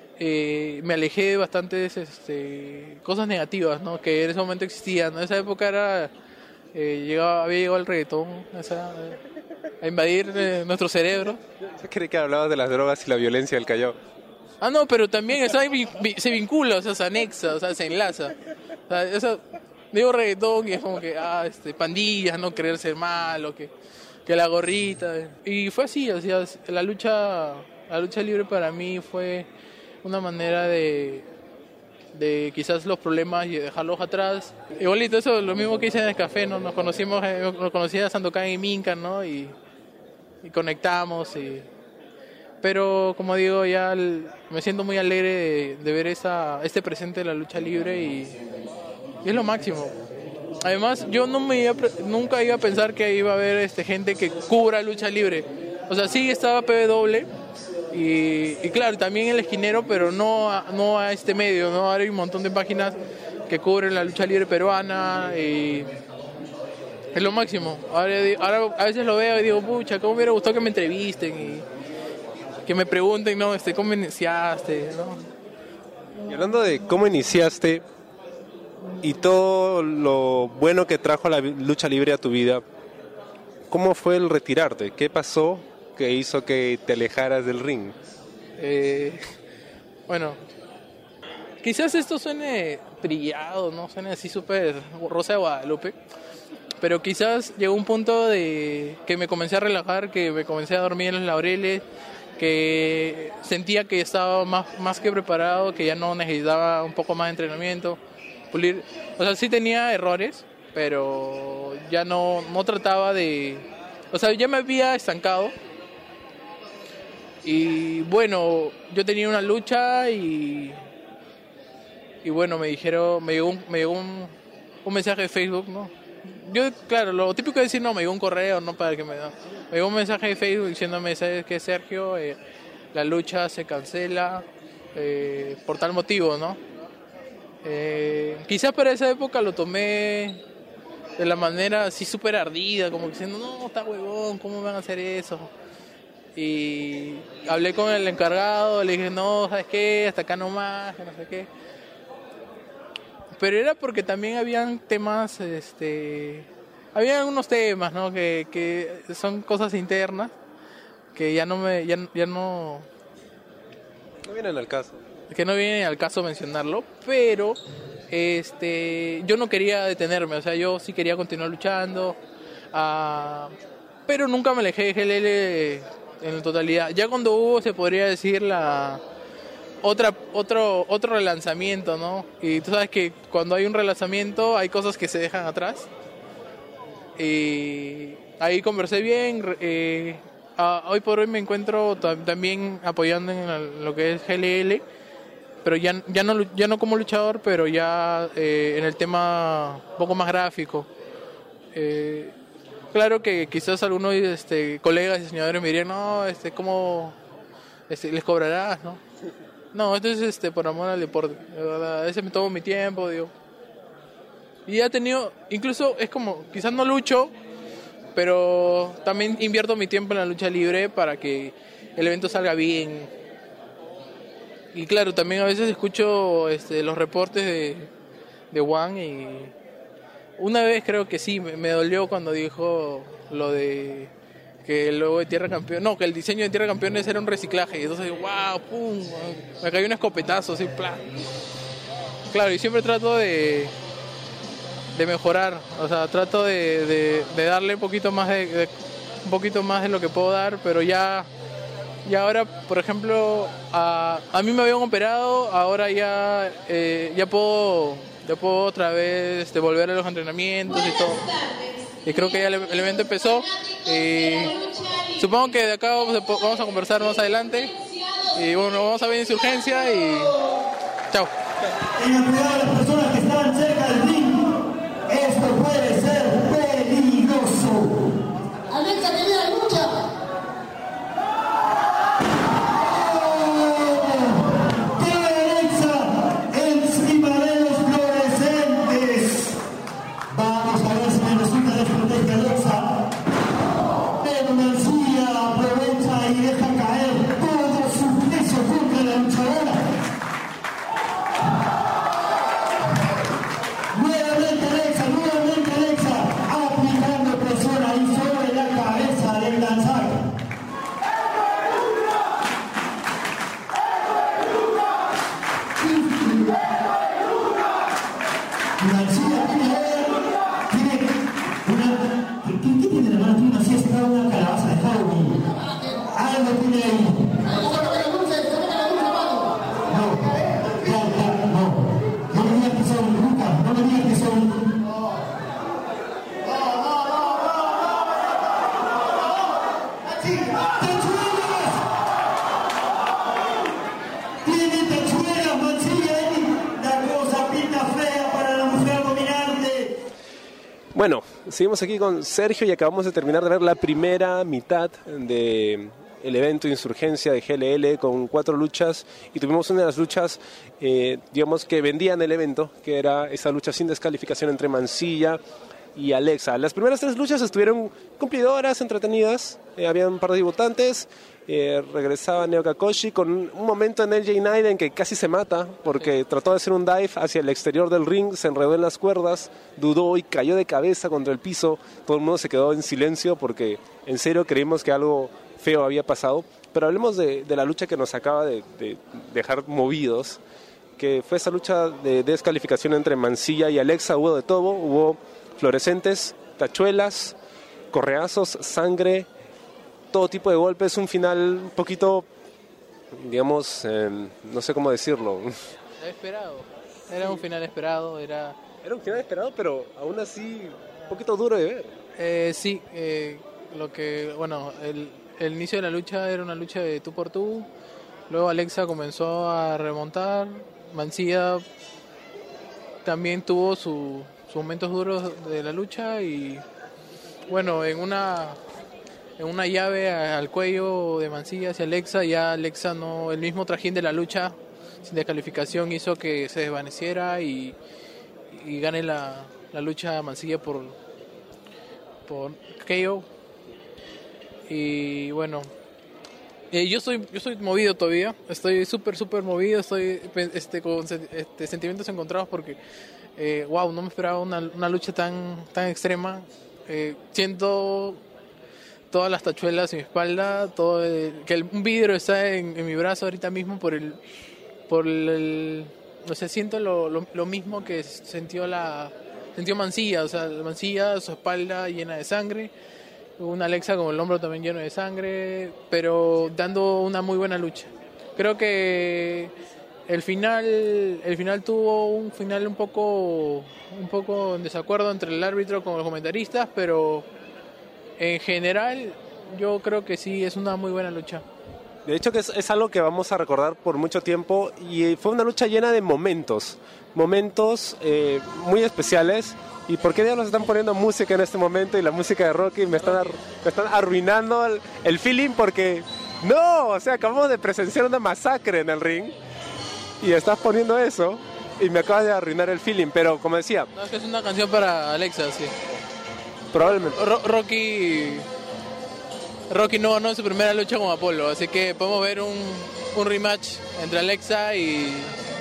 eh, me alejé de bastantes este, cosas negativas, ¿no? Que en ese momento existían, ¿no? Esa época era... eh, llegaba, había llegado el reggaetón esa, a invadir eh, nuestro cerebro. Yo creí que hablabas de las drogas y la violencia del Callao. Ah, no, pero también o sea, vi- vi- se vincula, o sea, se anexa, o sea, se enlaza. O sea, eso, digo reggaetón y es como que, ah, este, pandillas, no querer ser malo, que, que la gorrita. Y fue así, o sea, la lucha, la lucha libre para mí fue una manera de, de quizás los problemas y dejarlos atrás. Igualito, eso es lo mismo que hice en el café, ¿no? Nos conocimos, eh, nos conocía Sandokan y Minka, ¿no? Y, y conectamos y... Pero como digo, ya el- me siento muy alegre de, de ver esa, este presente de la lucha libre y, y es lo máximo. Además, yo no me iba, a pre- nunca iba a pensar que iba a haber este, gente que cubra lucha libre. O sea, sí estaba P W y, y claro, también el esquinero, pero no a, no a este medio, ¿no? Ahora hay un montón de páginas que cubren la lucha libre peruana y es lo máximo. Ahora, di- ahora a veces lo veo y digo, pucha, cómo me hubiera gustado que me entrevisten y que me pregunten, ¿no? Este, ¿cómo iniciaste? ¿No? Y hablando de cómo iniciaste y todo lo bueno que trajo la vi- lucha libre a tu vida, ¿cómo fue el retirarte? ¿Qué pasó que hizo que te alejaras del ring? Eh, bueno, quizás esto suene trillado, ¿no? Suene así súper Rosa de Guadalupe. Pero quizás llegó un punto de que me comencé a relajar, que me comencé a dormir en los laureles, que sentía que estaba más, más que preparado, que ya no necesitaba un poco más de entrenamiento, pulir. O sea, sí tenía errores, pero ya no, no trataba de... O sea, ya me había estancado. Y bueno, yo tenía una lucha y... Y bueno, me dijeron, me llegó un, me llegó un, un mensaje de Facebook, ¿no? Yo, claro, lo típico es decir, no, me llegó un correo, no para que me... No. Me llegó un mensaje de Facebook diciéndome, ¿sabes qué, Sergio? Eh, la lucha se cancela eh, por tal motivo, ¿no? Eh, quizás para esa época lo tomé de la manera así súper ardida, como diciendo, no, está huevón, ¿cómo me van a hacer eso? Y hablé con el encargado, le dije, no, ¿sabes qué? Hasta acá nomás, que no sé qué. pero era porque también habían temas, este, había unos temas, ¿no? Que, que son cosas internas que ya no me, ya, ya no, No vienen al caso. que no viene al caso mencionarlo, pero este, yo no quería detenerme, o sea, yo sí quería continuar luchando, uh, pero nunca me alejé de G L L en la totalidad. Ya cuando hubo, se podría decir, la otra otro otro relanzamiento, ¿no? Y tú sabes que cuando hay un relanzamiento hay cosas que se dejan atrás. Y ahí conversé bien. Eh, uh, hoy por hoy me encuentro t- también apoyando en el- lo que es G L L, pero ya ya no ya no como luchador, pero ya eh, en el tema un poco más gráfico. Eh, claro que quizás algunos este, colegas y diseñadores me dirían, no, este, ¿cómo este, les cobrarás, no? No, esto es este, por amor al deporte. De verdad, a veces me tomo mi tiempo, digo. Y he tenido, incluso es como, quizás no lucho, pero también invierto mi tiempo en la lucha libre para que el evento salga bien. Y claro, también a veces escucho este, los reportes de, de Juan y una vez creo que sí, me, me dolió cuando dijo lo de que el logo de Tierra Campeón, no, que el diseño de Tierra Campeones era un reciclaje. Y entonces, wow, pum, me cayó un escopetazo, así, plan. Claro, y siempre trato de de mejorar, o sea, trato de, de, de darle un poquito más de, de un poquito más de lo que puedo dar, pero ya y ahora, por ejemplo, a, a mí me habían operado, ahora ya eh, ya puedo ya puedo otra vez este, volver a los entrenamientos y todo. Y creo que ya el, el evento empezó. Y supongo que de acá vamos a, vamos a conversar más adelante. Y bueno, vamos a ver Insurgencia y chao. Tengan cuidado las personas que están cerca del ring. Esto puede ser peligroso. Alexa, que viene la lucha. Bueno, seguimos aquí con Sergio y acabamos de terminar de ver la primera mitad de el evento Insurgencia de G L L con cuatro luchas y tuvimos una de las luchas, eh, digamos, que vendían el evento, que era esa lucha sin descalificación entre Mansilla y Alexa. Las primeras tres luchas estuvieron cumplidoras, entretenidas, eh, había un par de debutantes, eh, regresaba Neo Kakoshi con un momento en L J Knight en que casi se mata porque trató de hacer un dive hacia el exterior del ring, se enredó en las cuerdas, dudó y cayó de cabeza contra el piso. Todo el mundo se quedó en silencio porque en serio creímos que algo feo había pasado. Pero hablemos de, de la lucha que nos acaba de, de dejar movidos, que fue esa lucha de descalificación entre Mansilla y Alexa. Hubo de todo, hubo fluorescentes, tachuelas, correazos, sangre, todo tipo de golpes, un final un poquito, digamos, eh, no sé cómo decirlo. Esperado, era un final esperado, era... Era un final esperado, pero aún así un poquito duro de ver. Eh, sí, eh, lo que, bueno, el, el inicio de la lucha era una lucha de tú por tú, luego Alexa comenzó a remontar, Mansilla también tuvo su, sus momentos duros de la lucha y, bueno, en una... en una llave al cuello de Mansilla hacia Alexa, ya Alexa no, el mismo trajín de la lucha sin descalificación hizo que se desvaneciera y, y gane la, la lucha Mansilla por, por K O. Y bueno, eh, yo soy yo soy movido todavía, estoy súper súper movido, estoy este, con este, sentimientos encontrados porque Eh, wow, no me esperaba una, una lucha tan, tan extrema. Eh, siento todas las tachuelas en mi espalda, todo el- que el, un vidrio está en, en mi brazo ahorita mismo por el... Por el no sé, siento lo, lo, lo mismo que sintió la sintió Mancilla, o sea, Mancilla, su espalda llena de sangre, una Alexa con el hombro también lleno de sangre, pero dando una muy buena lucha. Creo que el final el final tuvo un final un poco un poco en desacuerdo entre el árbitro con los comentaristas, pero en general yo creo que sí es una muy buena lucha. De hecho que es, es algo que vamos a recordar por mucho tiempo y fue una lucha llena de momentos, momentos eh, muy especiales. ¿Y por qué diablos están poniendo música en este momento? Y la música de Rocky me están, ar- me están arruinando el, el feeling porque no, o sea, acabamos de presenciar una masacre en el ring y estás poniendo eso y me acabas de arruinar el feeling, pero como decía, No, es que es una canción para Alexa, sí. probablemente... Ro- Rocky Rocky no ganó su primera lucha con Apolo, así que podemos ver un, un rematch entre Alexa y,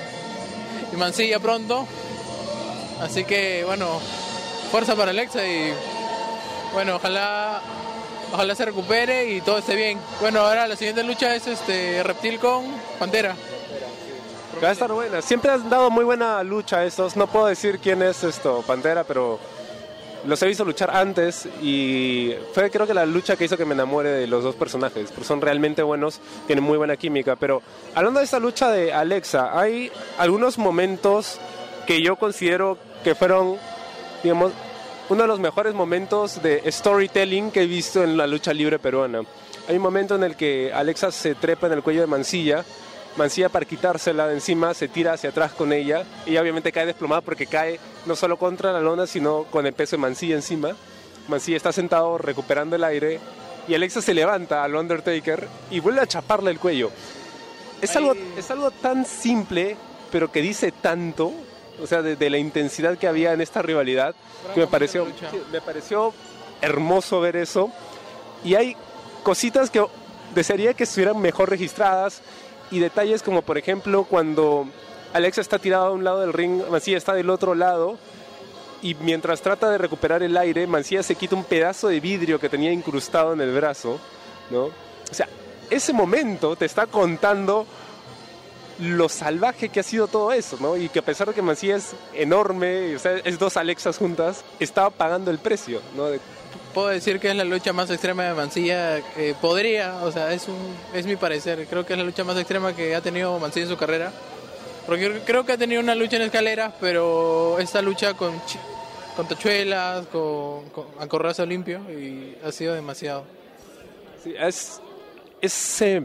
y Mancilla pronto. Así que bueno, fuerza para Alexa y bueno, ojalá ojalá se recupere y todo esté bien. Bueno, ahora la siguiente lucha es este Reptil con Pantera. Va a estar buena. Siempre han dado muy buena lucha estos. No puedo decir quién es esto, Pantera, pero los he visto luchar antes y fue creo que la lucha que hizo que me enamore de los dos personajes, porque son realmente buenos, tienen muy buena química. Pero hablando de esta lucha de Alexa, hay algunos momentos que yo considero que fueron, digamos, uno de los mejores momentos de storytelling que he visto en la lucha libre peruana. Hay un momento en el que Alexa se trepa en el cuello de Mancilla. Mancilla, para quitársela de encima, se tira hacia atrás con ella. Ella obviamente cae desplomada porque cae no solo contra la lona, sino con el peso de Mancilla encima. Mancilla está sentado recuperando el aire y Alexa se levanta al Undertaker y vuelve a chaparle el cuello. Es algo, es algo tan simple, pero que dice tanto, o sea, de, de la intensidad que había en esta rivalidad, que me pareció, sí, me pareció hermoso ver eso. Y hay cositas que desearía que estuvieran mejor registradas. Y detalles como, por ejemplo, cuando Alexa está tirada a un lado del ring, Mancilla está del otro lado, y mientras trata de recuperar el aire, Mancilla se quita un pedazo de vidrio que tenía incrustado en el brazo, ¿no? O sea, ese momento te está contando lo salvaje que ha sido todo eso, ¿no? Y que a pesar de que Mancilla es enorme, o sea, es dos Alexas juntas, estaba pagando el precio, ¿no? De, Puedo decir que es la lucha más extrema de Mancilla, eh, podría, o sea, es un es mi parecer, creo que es la lucha más extrema que ha tenido Mancilla en su carrera, porque creo que ha tenido una lucha en escaleras, pero esta lucha con, chi- con tachuelas, con, con a corrazo limpio, y ha sido demasiado. sí, es... es eh,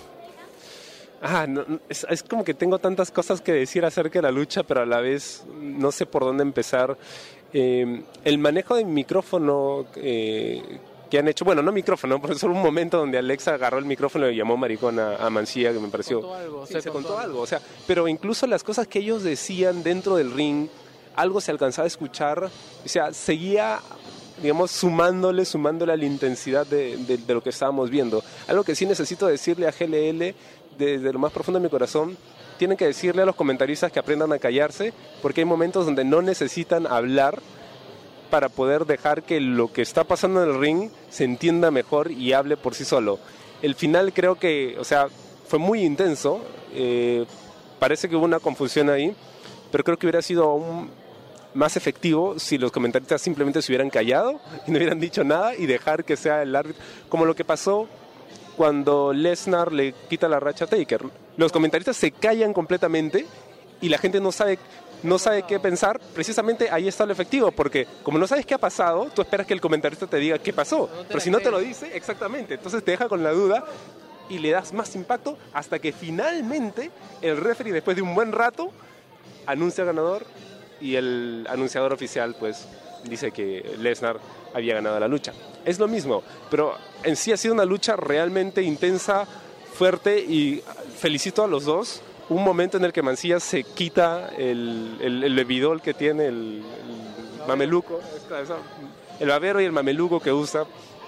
ah, no, no, es, es como que tengo tantas cosas que decir acerca de la lucha, pero a la vez no sé por dónde empezar. Eh, el manejo de micrófono eh, que han hecho, bueno, no micrófono, pero solo un momento donde Alexa agarró el micrófono y llamó maricón a, a Mancilla, que me pareció... Contó algo, sí, se se contó contó algo, o sea, pero incluso las cosas que ellos decían dentro del ring, algo se alcanzaba a escuchar, o sea, seguía, digamos, sumándole, sumándole a la intensidad de, de, de lo que estábamos viendo. Algo que sí necesito decirle a G L L desde lo más profundo de mi corazón: tienen que decirle a los comentaristas que aprendan a callarse, porque hay momentos donde no necesitan hablar para poder dejar que lo que está pasando en el ring se entienda mejor y hable por sí solo. El final creo que, o sea, fue muy intenso, eh, parece que hubo una confusión ahí, pero creo que hubiera sido aún más efectivo si los comentaristas simplemente se hubieran callado y no hubieran dicho nada y dejar que sea el árbitro, como lo que pasó cuando Lesnar le quita la racha a Taker. Los comentaristas se callan completamente y la gente no sabe, no sabe qué pensar. Precisamente ahí está lo efectivo, porque como no sabes qué ha pasado, tú esperas que el comentarista te diga qué pasó, No te pero la si no te lo crees. dice, exactamente, entonces te deja con la duda y le das más impacto hasta que finalmente el referee, después de un buen rato, anuncia ganador y el anunciador oficial pues dice que Lesnar había ganado la lucha. Es lo mismo, pero en sí ha sido una lucha realmente intensa, fuerte, y felicito a los dos. Un momento en el que Mancilla se quita el, el, el bebidol que tiene, el, el mameluco, esta- esa- el babero y el mameluco que usa.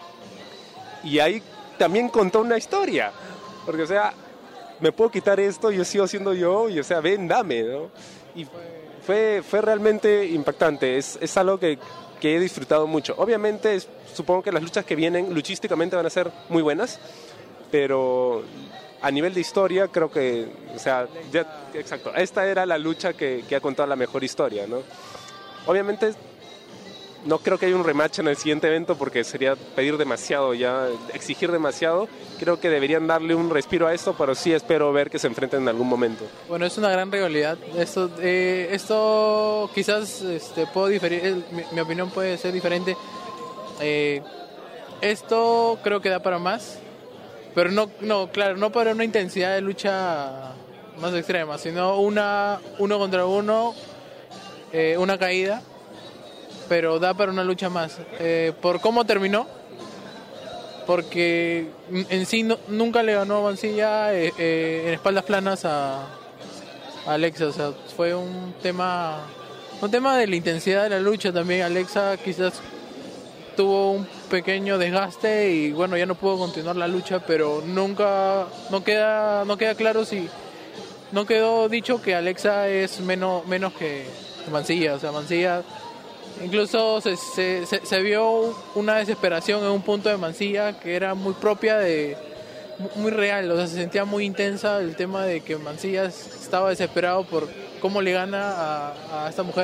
Y ahí también contó una historia, porque o sea, me puedo quitar esto, yo sigo siendo yo, y o sea, ven, dame, ¿no? Y fue, fue realmente impactante. Es, es algo que, que he disfrutado mucho. Obviamente, es, supongo que las luchas que vienen luchísticamente van a ser muy buenas, pero a nivel de historia creo que, o sea, ya, exacto, esta era la lucha que, que ha contado la mejor historia, ¿no? Obviamente no creo que haya un rematch en el siguiente evento porque sería pedir demasiado, ya exigir demasiado. Creo que deberían darle un respiro a esto, pero sí espero ver que se enfrenten en algún momento. Bueno, es una gran rivalidad. Esto, eh, esto quizás este, puedo diferir, eh, mi, mi opinión puede ser diferente. Eh, esto creo que da para más, pero no, no, claro, no para una intensidad de lucha más extrema, sino una uno contra uno, eh, una caída. Pero da para una lucha más. Eh, por cómo terminó, porque en sí no, nunca le ganó a Mancilla eh, eh, en espaldas planas a, a Alexa. O sea, fue un tema, un tema de la intensidad de la lucha también. Alexa quizás tuvo un pequeño desgaste y bueno, ya no pudo continuar la lucha, pero nunca, no queda, no queda claro si, no quedó dicho que Alexa es menos, menos que Mancilla. O sea, Mancilla... Incluso se, se, se, se vio una desesperación en un punto de Mancilla que era muy propia de, muy real, o sea, se sentía muy intensa el tema de que Mancilla estaba desesperado por cómo le gana a, a esta mujer.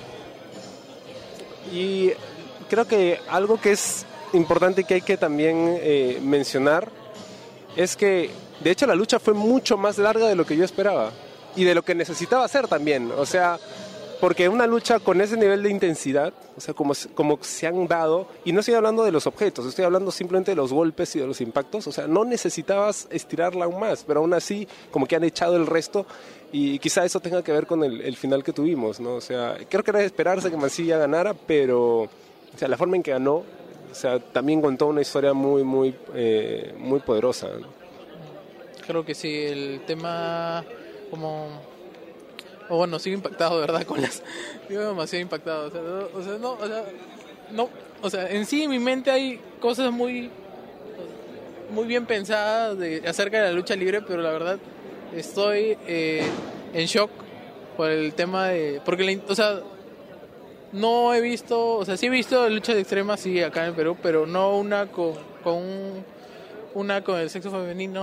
Y creo que algo que es importante y que hay que también eh, mencionar es que de hecho la lucha fue mucho más larga de lo que yo esperaba y de lo que necesitaba hacer también, o sea... Porque una lucha con ese nivel de intensidad, o sea, como, como se han dado, y no estoy hablando de los objetos, estoy hablando simplemente de los golpes y de los impactos, o sea, no necesitabas estirarla aún más, pero aún así, como que han echado el resto, y quizá eso tenga que ver con el, el final que tuvimos, ¿no? O sea, creo que era de esperarse que Mancilla ganara, pero, o sea, la forma en que ganó, o sea, también contó una historia muy, muy, eh, muy poderosa, ¿no? Creo que sí, el tema como... O bueno, sigo impactado, de verdad, con las... Sigo demasiado impactado, o sea, no, o sea, no, o sea, no, o sea, en sí en mi mente hay cosas muy, muy bien pensadas de, acerca de la lucha libre, pero la verdad estoy eh, en shock por el tema de... Porque, la, o sea, no he visto, o sea, sí he visto luchas extremas, sí, acá en el Perú, pero no una con, con un, una con el sexo femenino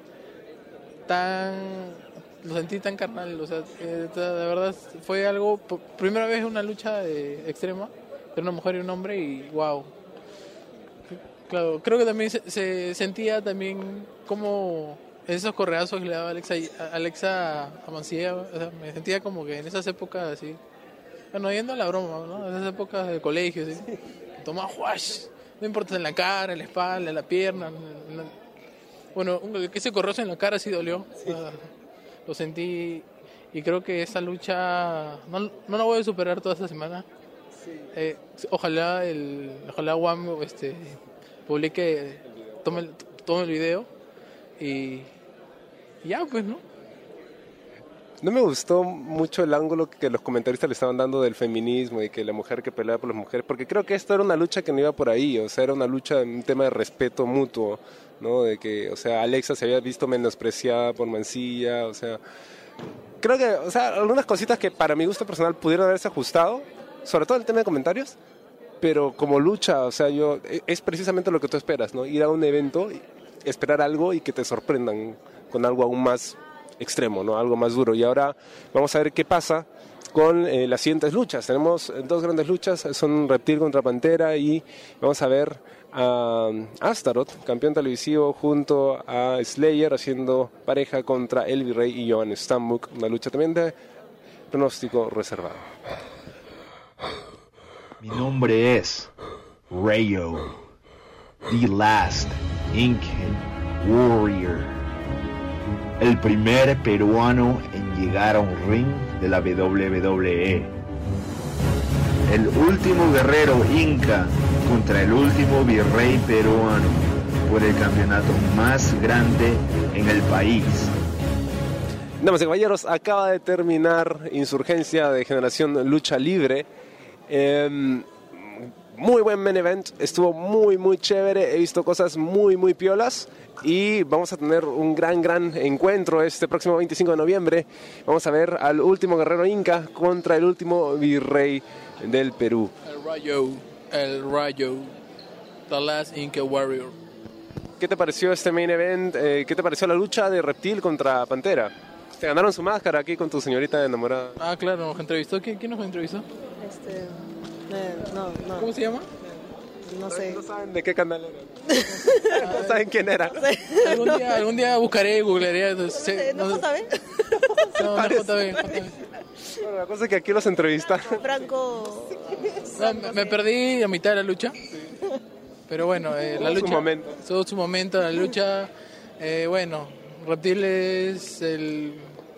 tan... Lo sentí tan carnal, o sea, eh, de verdad fue algo, por primera vez una lucha de, extrema, de una mujer y un hombre y wow. Claro, creo que también se, se sentía también como esos correazos que le daba Alexa, Alexa a Mancilla, o sea, me sentía como que en esas épocas así, bueno, yendo a la broma, ¿no? En esas épocas de colegio, así, tomaba wash, no importa en la cara, en la espalda, en la pierna, en la... bueno, ese correazo en la cara sí dolió. Sí. Uh, Lo sentí y creo que esa lucha no, no la voy a superar toda esta semana. Sí. Eh, ojalá el ojalá Juan este, publique, tome el, tome el video y, y ya pues, ¿no? No me gustó mucho el ángulo que los comentaristas le estaban dando del feminismo y que la mujer que pelea por las mujeres, porque creo que esto era una lucha que no iba por ahí, o sea, era una lucha, un tema de respeto mutuo, ¿no? De que, o sea, Alexa se había visto menospreciada por Mancilla, o sea, creo que, o sea, algunas cositas que para mi gusto personal pudieron haberse ajustado, sobre todo el tema de comentarios, pero como lucha, o sea, yo, es precisamente lo que tú esperas, ¿no? Ir a un evento, esperar algo y que te sorprendan con algo aún más extremo, ¿no? Algo más duro. Y ahora vamos a ver qué pasa con eh, las siguientes luchas. Tenemos dos grandes luchas, son Reptil contra Pantera y vamos a ver a Astaroth, campeón televisivo, junto a Slayer haciendo pareja contra El Virrey y Johan Stambuk, una lucha también de pronóstico reservado. Mi nombre es Rayo, The Last Incan Warrior, el primer peruano en llegar a un ring de la doble u doble u E. El último guerrero inca contra el último virrey peruano por el campeonato más grande en el país. Damas y caballeros, acaba de terminar Insurgencia de Generación Lucha Libre. Eh, muy buen main event, estuvo muy muy chévere, he visto cosas muy muy piolas y vamos a tener un gran gran encuentro este próximo veinticinco de noviembre. Vamos a ver al último guerrero inca contra el último virrey del Perú. El Rayo, el Rayo, The Last Inca Warrior. ¿Qué te pareció este main event? Eh, ¿Qué te pareció la lucha de Reptil contra Pantera? Te ganaron su máscara aquí con tu señorita enamorada. Ah, claro, nos entrevistó. ¿Quién, quién nos entrevistó? Este, eh, no, no, ¿Cómo se llama? no sé. No saben de qué canal era. No saben quién era. Algún día, algún día buscaré, googlearé. No sé, ¿No J B? No, no, J B, J B. Bueno, la cosa es que aquí los entrevistaron. Franco. No, me, me perdí a mitad de la lucha. Pero bueno, eh, la Tuvo su lucha. momento. Tuvo su momento, la lucha. Eh, bueno, Reptil es el,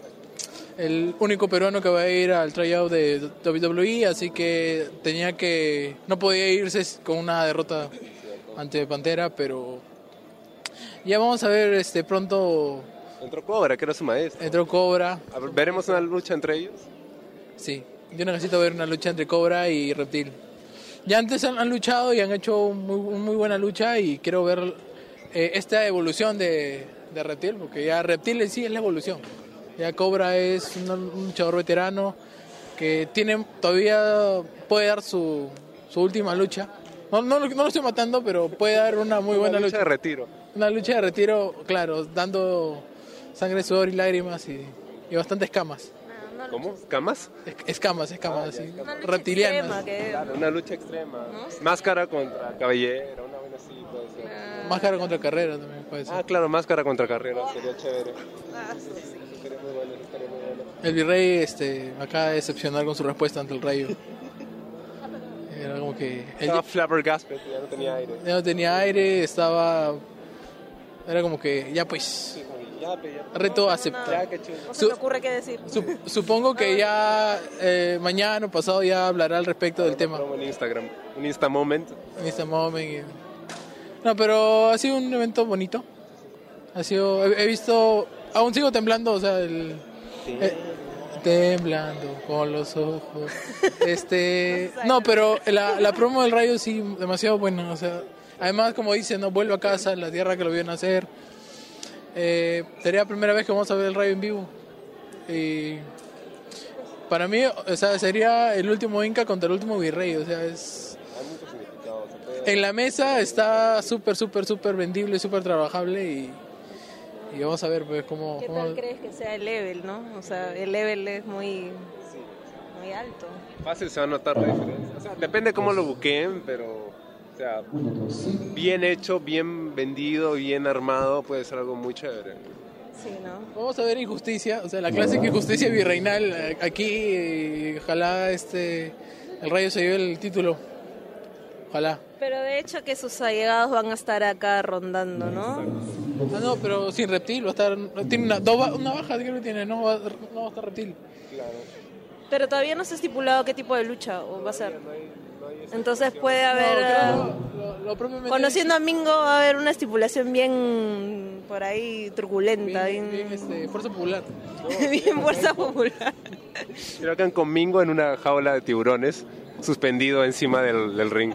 el único peruano que va a ir al tryout de doble u doble u E, así que tenía que. No podía irse con una derrota ante Pantera, pero. Ya vamos a ver este pronto. Entró Cobra, que era su maestro. Entró Cobra. A ver, ¿veremos una lucha entre ellos? Sí, yo necesito ver una lucha entre Cobra y Reptil. Ya antes han, han luchado y han hecho muy, muy buena lucha y quiero ver eh, esta evolución de, de Reptil, porque ya Reptil en sí es la evolución. Ya Cobra es un, un luchador veterano que tiene todavía puede dar su, su última lucha. No, no, no lo estoy matando, pero puede dar una muy buena Una lucha lucha. de retiro. Una lucha de retiro, claro, dando sangre, sudor y lágrimas y, y bastantes camas. ¿Cómo? ¿Camas? Es- Escamas, escamas, así, Una lucha reptilianas. extrema que- Claro, una lucha extrema. Máscara contra cabellera, una buena así puede ser. Máscara contra carrera también puede ser. Ah, claro, máscara contra carrera, sería chévere. Ah, sí, sí. Sería muy bueno, estaría muy bueno. El virrey este, acaba de decepcionar con su respuesta ante el rayo. Era como que él Estaba ya, flabbergasted, ya no tenía aire. ya no tenía aire, estaba... Era como que ya pues, Sí, como, ya, pe, ya, reto ya, aceptar. qué chulo. No se Su- me ocurre qué decir. Sup- supongo que ya eh, mañana o pasado ya hablará al respecto del tema. Promo en Instagram, un Insta Moment. En este momento. No, pero ha sido un evento bonito. Ha sido, he, he visto, aún sigo temblando, o sea, el, eh, temblando con los ojos. Este, no, pero la, la promo del Rayo sí demasiado buena, o sea, además como dice, no vuelve a casa, la tierra que lo vio nacer. Eh, sería la primera vez que vamos a ver el Rayo en vivo. Y para mí, o sea, sería el último Inca contra el último virrey, o sea, es Hay muchos significados. se puede- en la mesa está súper, súper, súper vendible, súper trabajable y, y vamos a ver pues cómo... ¿Qué cómo- tal crees que sea el level, no? O sea, el level es muy, muy alto. Fácil se va a notar la diferencia. O sea, depende cómo lo buqueen, pero... O sea, bien hecho, bien vendido, bien armado, puede ser algo muy chévere. Sí, ¿no? Vamos a ver injusticia, o sea, la clásica injusticia virreinal eh, aquí y ojalá este el Rayo se lleve el título. Ojalá. Pero de hecho que sus allegados van a estar acá rondando, ¿no? No, no, pero sin Reptil va a estar... Tiene una, dos ba- una baja, creo que tiene, no va, no va a estar Reptil. Pero todavía no se ha estipulado qué tipo de lucha va a ser. Entonces puede haber... No, ah, creo, lo, lo propiamente conociendo a Mingo va a haber una estipulación bien por ahí truculenta, bien, bien, bien, este, Fuerza Popular. bien fuerza popular. Creo que con Mingo en una jaula de tiburones, suspendido encima del, del ring.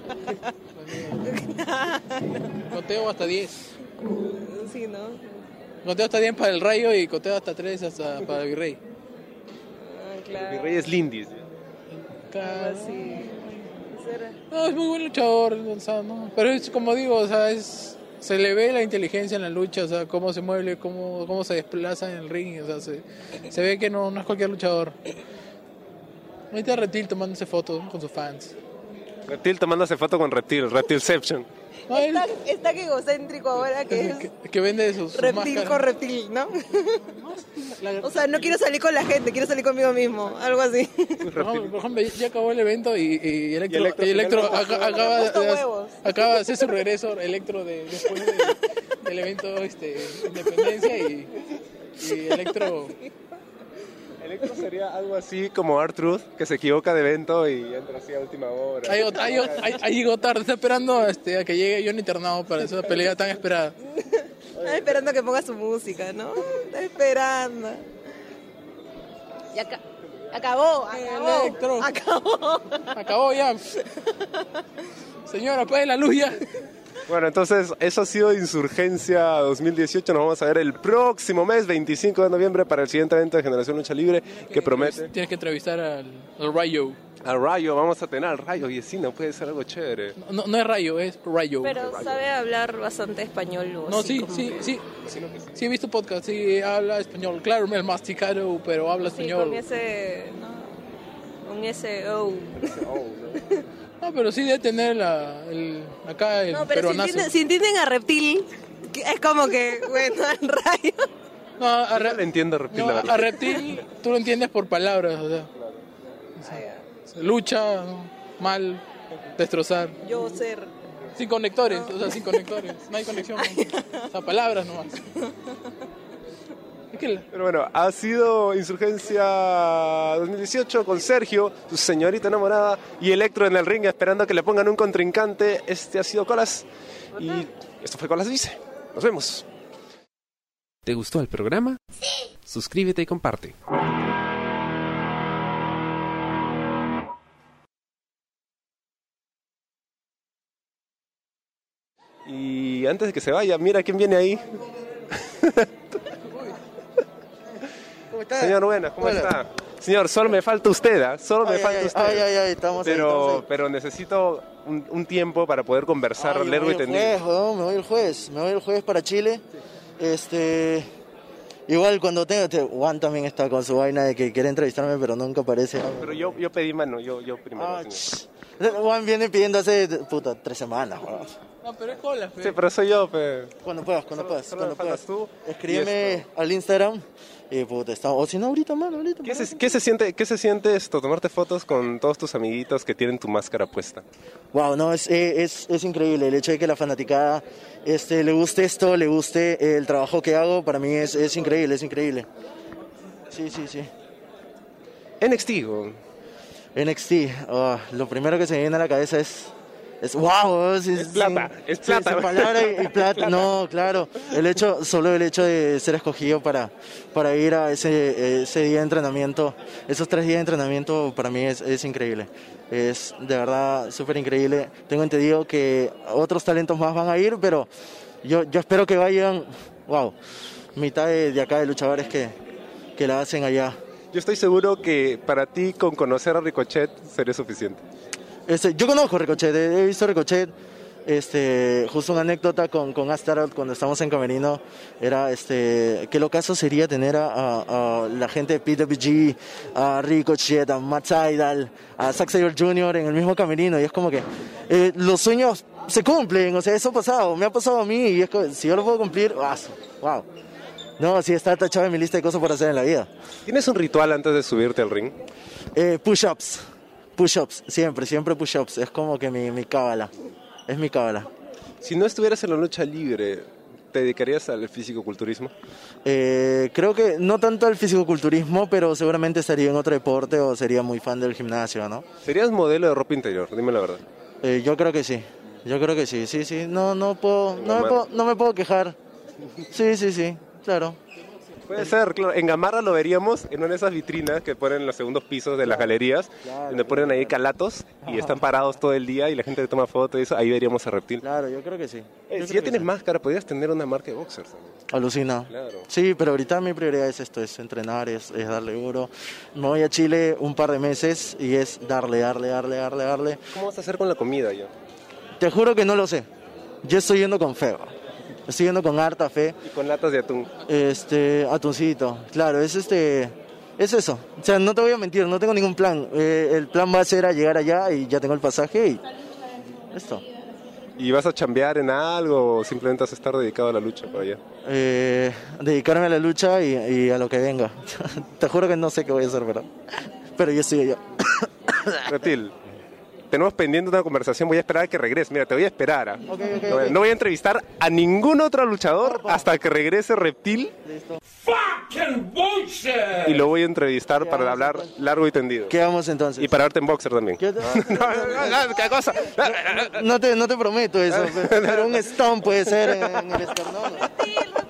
Conteo hasta diez. Sí, ¿no? Conteo hasta diez para el Rayo y conteo hasta tres hasta para el Virrey. Ah, claro. Mi rey es Lindis. Claro. Sí. Será. No, es muy buen luchador, o sea, no. Pero es como digo, o sea, es se le ve la inteligencia en la lucha, o sea, cómo se mueve, cómo, cómo se desplaza en el ring, o sea, se, se ve que no, no es cualquier luchador. Ahorita Reptil tomándose fotos con sus fans. Reptil tomándose foto con Reptil, Reptilception. No, él, Está, está que egocéntrico ahora que es que, que vende sus, sus reptil máscaras. con reptil, ¿no? La- O sea, no quiero salir con la gente, quiero salir conmigo mismo, algo así. Por ejemplo, por ejemplo, ya acabó el evento y, y Electro, Y Electro y Electro finalmente aca- acaba, puesto de, huevos. acaba de hacer su regreso Electro de, después de- del evento este, Independencia y, y Electro... Electro sería algo así como R-Truth, que se equivoca de evento y entra así a última hora. Ahí, ahí, ahí, ahí llegó tarde, está esperando este, a que llegue Johnny Internado para esa pelea tan esperada. Está esperando que ponga su música, ¿no? Está esperando. Y acá. Acabó, acabó. Electro. Acabó. Acabó ya. Señor, apague la luz ya. Bueno, entonces eso ha sido Insurgencia dos mil dieciocho. Nos vamos a ver el próximo mes, veinticinco de noviembre, para el siguiente evento de Generación Lucha Libre, que promete... Tienes que entrevistar al, al Rayo. Al Rayo, vamos a tener al Rayo, y sí, no puede ser algo chévere. No, no es Rayo, es Rayo. Pero sabe hablar bastante español. O No, así sí, como sí, que- sí. Sí, he visto podcast, sí, habla español. Claro, el masticado, pero habla Sí, español. con ese... ¿no? Con ese... Oh. No, pero sí debe tener la, el, acá el No, pero si peruanazo. entienden, si entienden a Reptil, que es como que, bueno, el rayo. No, a, Yo Re- no le entiendo, Reptil, no, la verdad. a Reptil tú lo entiendes por palabras, o sea. O sea, lucha, ¿no? Mal, destrozar. Yo ser. Sin conectores, o sea, sin conectores. No hay conexión. ¿no? O sea, palabras nomás. Es que la- Pero bueno, ha sido Insurgencia dos mil dieciocho con Sergio, su señorita enamorada, y Electro en el ring esperando a que le pongan un contrincante. Este ha sido Colas y esto fue Colas Dice. Nos vemos. ¿Te gustó el programa? Sí. Suscríbete y comparte. Y antes de que se vaya, mira quién viene ahí. ¿Cómo está? Señor Buenas, ¿cómo Hola. está? Señor, solo me falta usted, ¿ah? Solo me Ay, falta ay, usted. ay, ay, ay, estamos ahí, pero, estamos ahí. pero necesito un, un tiempo para poder conversar Ay, me largo voy y el tendido. jueves, weón, me voy el jueves, me voy el jueves para Chile. Este, igual cuando tenga, este, Juan también está con su vaina de que quiere entrevistarme, pero nunca aparece. Pero yo, yo pedí mano, yo, yo primero. Ah, señor. ch- Juan viene pidiendo hace, puta, tres semanas, weón. No, pero es cola, fe. Sí, pero soy yo, pe. Cuando puedas, cuando Solo- puedas, solo cuando me faltas puedas. tú y Escríbeme esto. al Instagram y puta, estamos, o si no ahorita, mano, ahorita. ¿Qué mano. se, qué se siente, qué se siente esto, tomarte fotos con todos tus amiguitos que tienen tu máscara puesta? Wow, no, es, eh, es, es increíble el hecho de que la fanaticada este, le guste esto, le guste el trabajo que hago, para mí es, es increíble, es increíble. Sí, sí, sí. N X T, go. N X T, oh, lo primero que se me viene a la cabeza es... Es wow, es, Es plata, es plata. Esa palabra y, y plata. No, claro. El hecho, solo el hecho de ser escogido para, para ir a ese, ese día de entrenamiento, esos tres días de entrenamiento, para mí es, es increíble. Es de verdad súper increíble. Tengo entendido que otros talentos más van a ir, pero yo, yo espero que vayan, wow, mitad de, de acá de luchadores que, que la hacen allá. Yo estoy seguro que para ti con conocer a Ricochet sería suficiente. Este, yo conozco Ricochet, he, he visto Ricochet, este, justo una anécdota con, con Astaroth cuando estamos en Camerino, era este, qué locazo sería tener a, a, a la gente de P W G, a Ricochet, a Matt Sydal, a Zack Sabre junior en el mismo Camerino, y es como que eh, los sueños se cumplen, o sea, eso ha pasado, me ha pasado a mí, y es que si yo lo puedo cumplir, wow. No, sí está tachado en mi lista de cosas por hacer en la vida. ¿Tienes un ritual antes de subirte al ring? Eh, push-ups. Push-ups, siempre, siempre push-ups. Es como que mi, mi cábala. Es mi cábala. Si no estuvieras en la lucha libre, ¿te dedicarías al fisicoculturismo? Eh, creo que no tanto al fisicoculturismo, pero seguramente estaría en otro deporte o sería muy fan del gimnasio, ¿no? ¿Serías modelo de ropa interior? Dime la verdad. Eh, yo creo que sí. Yo creo que sí, sí, sí. No, no puedo, no me puedo, no me puedo quejar. Sí, sí, sí, claro. Puede ser, claro. En Gamarra lo veríamos en una de esas vitrinas que ponen en los segundos pisos de las galerías, donde ponen ahí calatos y están parados todo el día y la gente le toma fotos y eso. Ahí veríamos a Reptil. Claro, yo creo que sí. Eh, Yo si creo ya que tienes sí. máscara, podrías tener una marca de boxers también. Alucina. Claro. Sí, pero ahorita mi prioridad es esto, es entrenar, es, es darle duro. Me voy a Chile un par de meses y es darle, darle, darle, darle, darle. ¿Cómo vas a hacer con la comida ya? Te juro que no lo sé. Yo estoy yendo con fe. Estoy yendo con harta fe. Y con latas de atún. Este, atuncito. Claro, es este, es eso. O sea, no te voy a mentir, no tengo ningún plan. Eh, el plan va a ser a llegar allá y ya tengo el pasaje y esto. ¿Y vas a chambear en algo o simplemente vas a estar dedicado a la lucha para allá? Eh, dedicarme a la lucha y, y a lo que venga. Te juro que no sé qué voy a hacer, ¿verdad? Pero yo estoy allá. Reptil, tenemos pendiente una conversación, voy a esperar a que regrese. Mira, te voy a esperar. ¿ah? Ok, ok, no, ok. no voy a entrevistar a ningún otro luchador Opa. hasta que regrese Reptil Listo. y lo voy a entrevistar para hablar largo y tendido. ¿Qué vamos entonces? Y para verte en boxer también. ¿Qué te- No, no, no, ¿qué cosa? No te, no te prometo eso, pero un stomp puede ser en, en el esternón.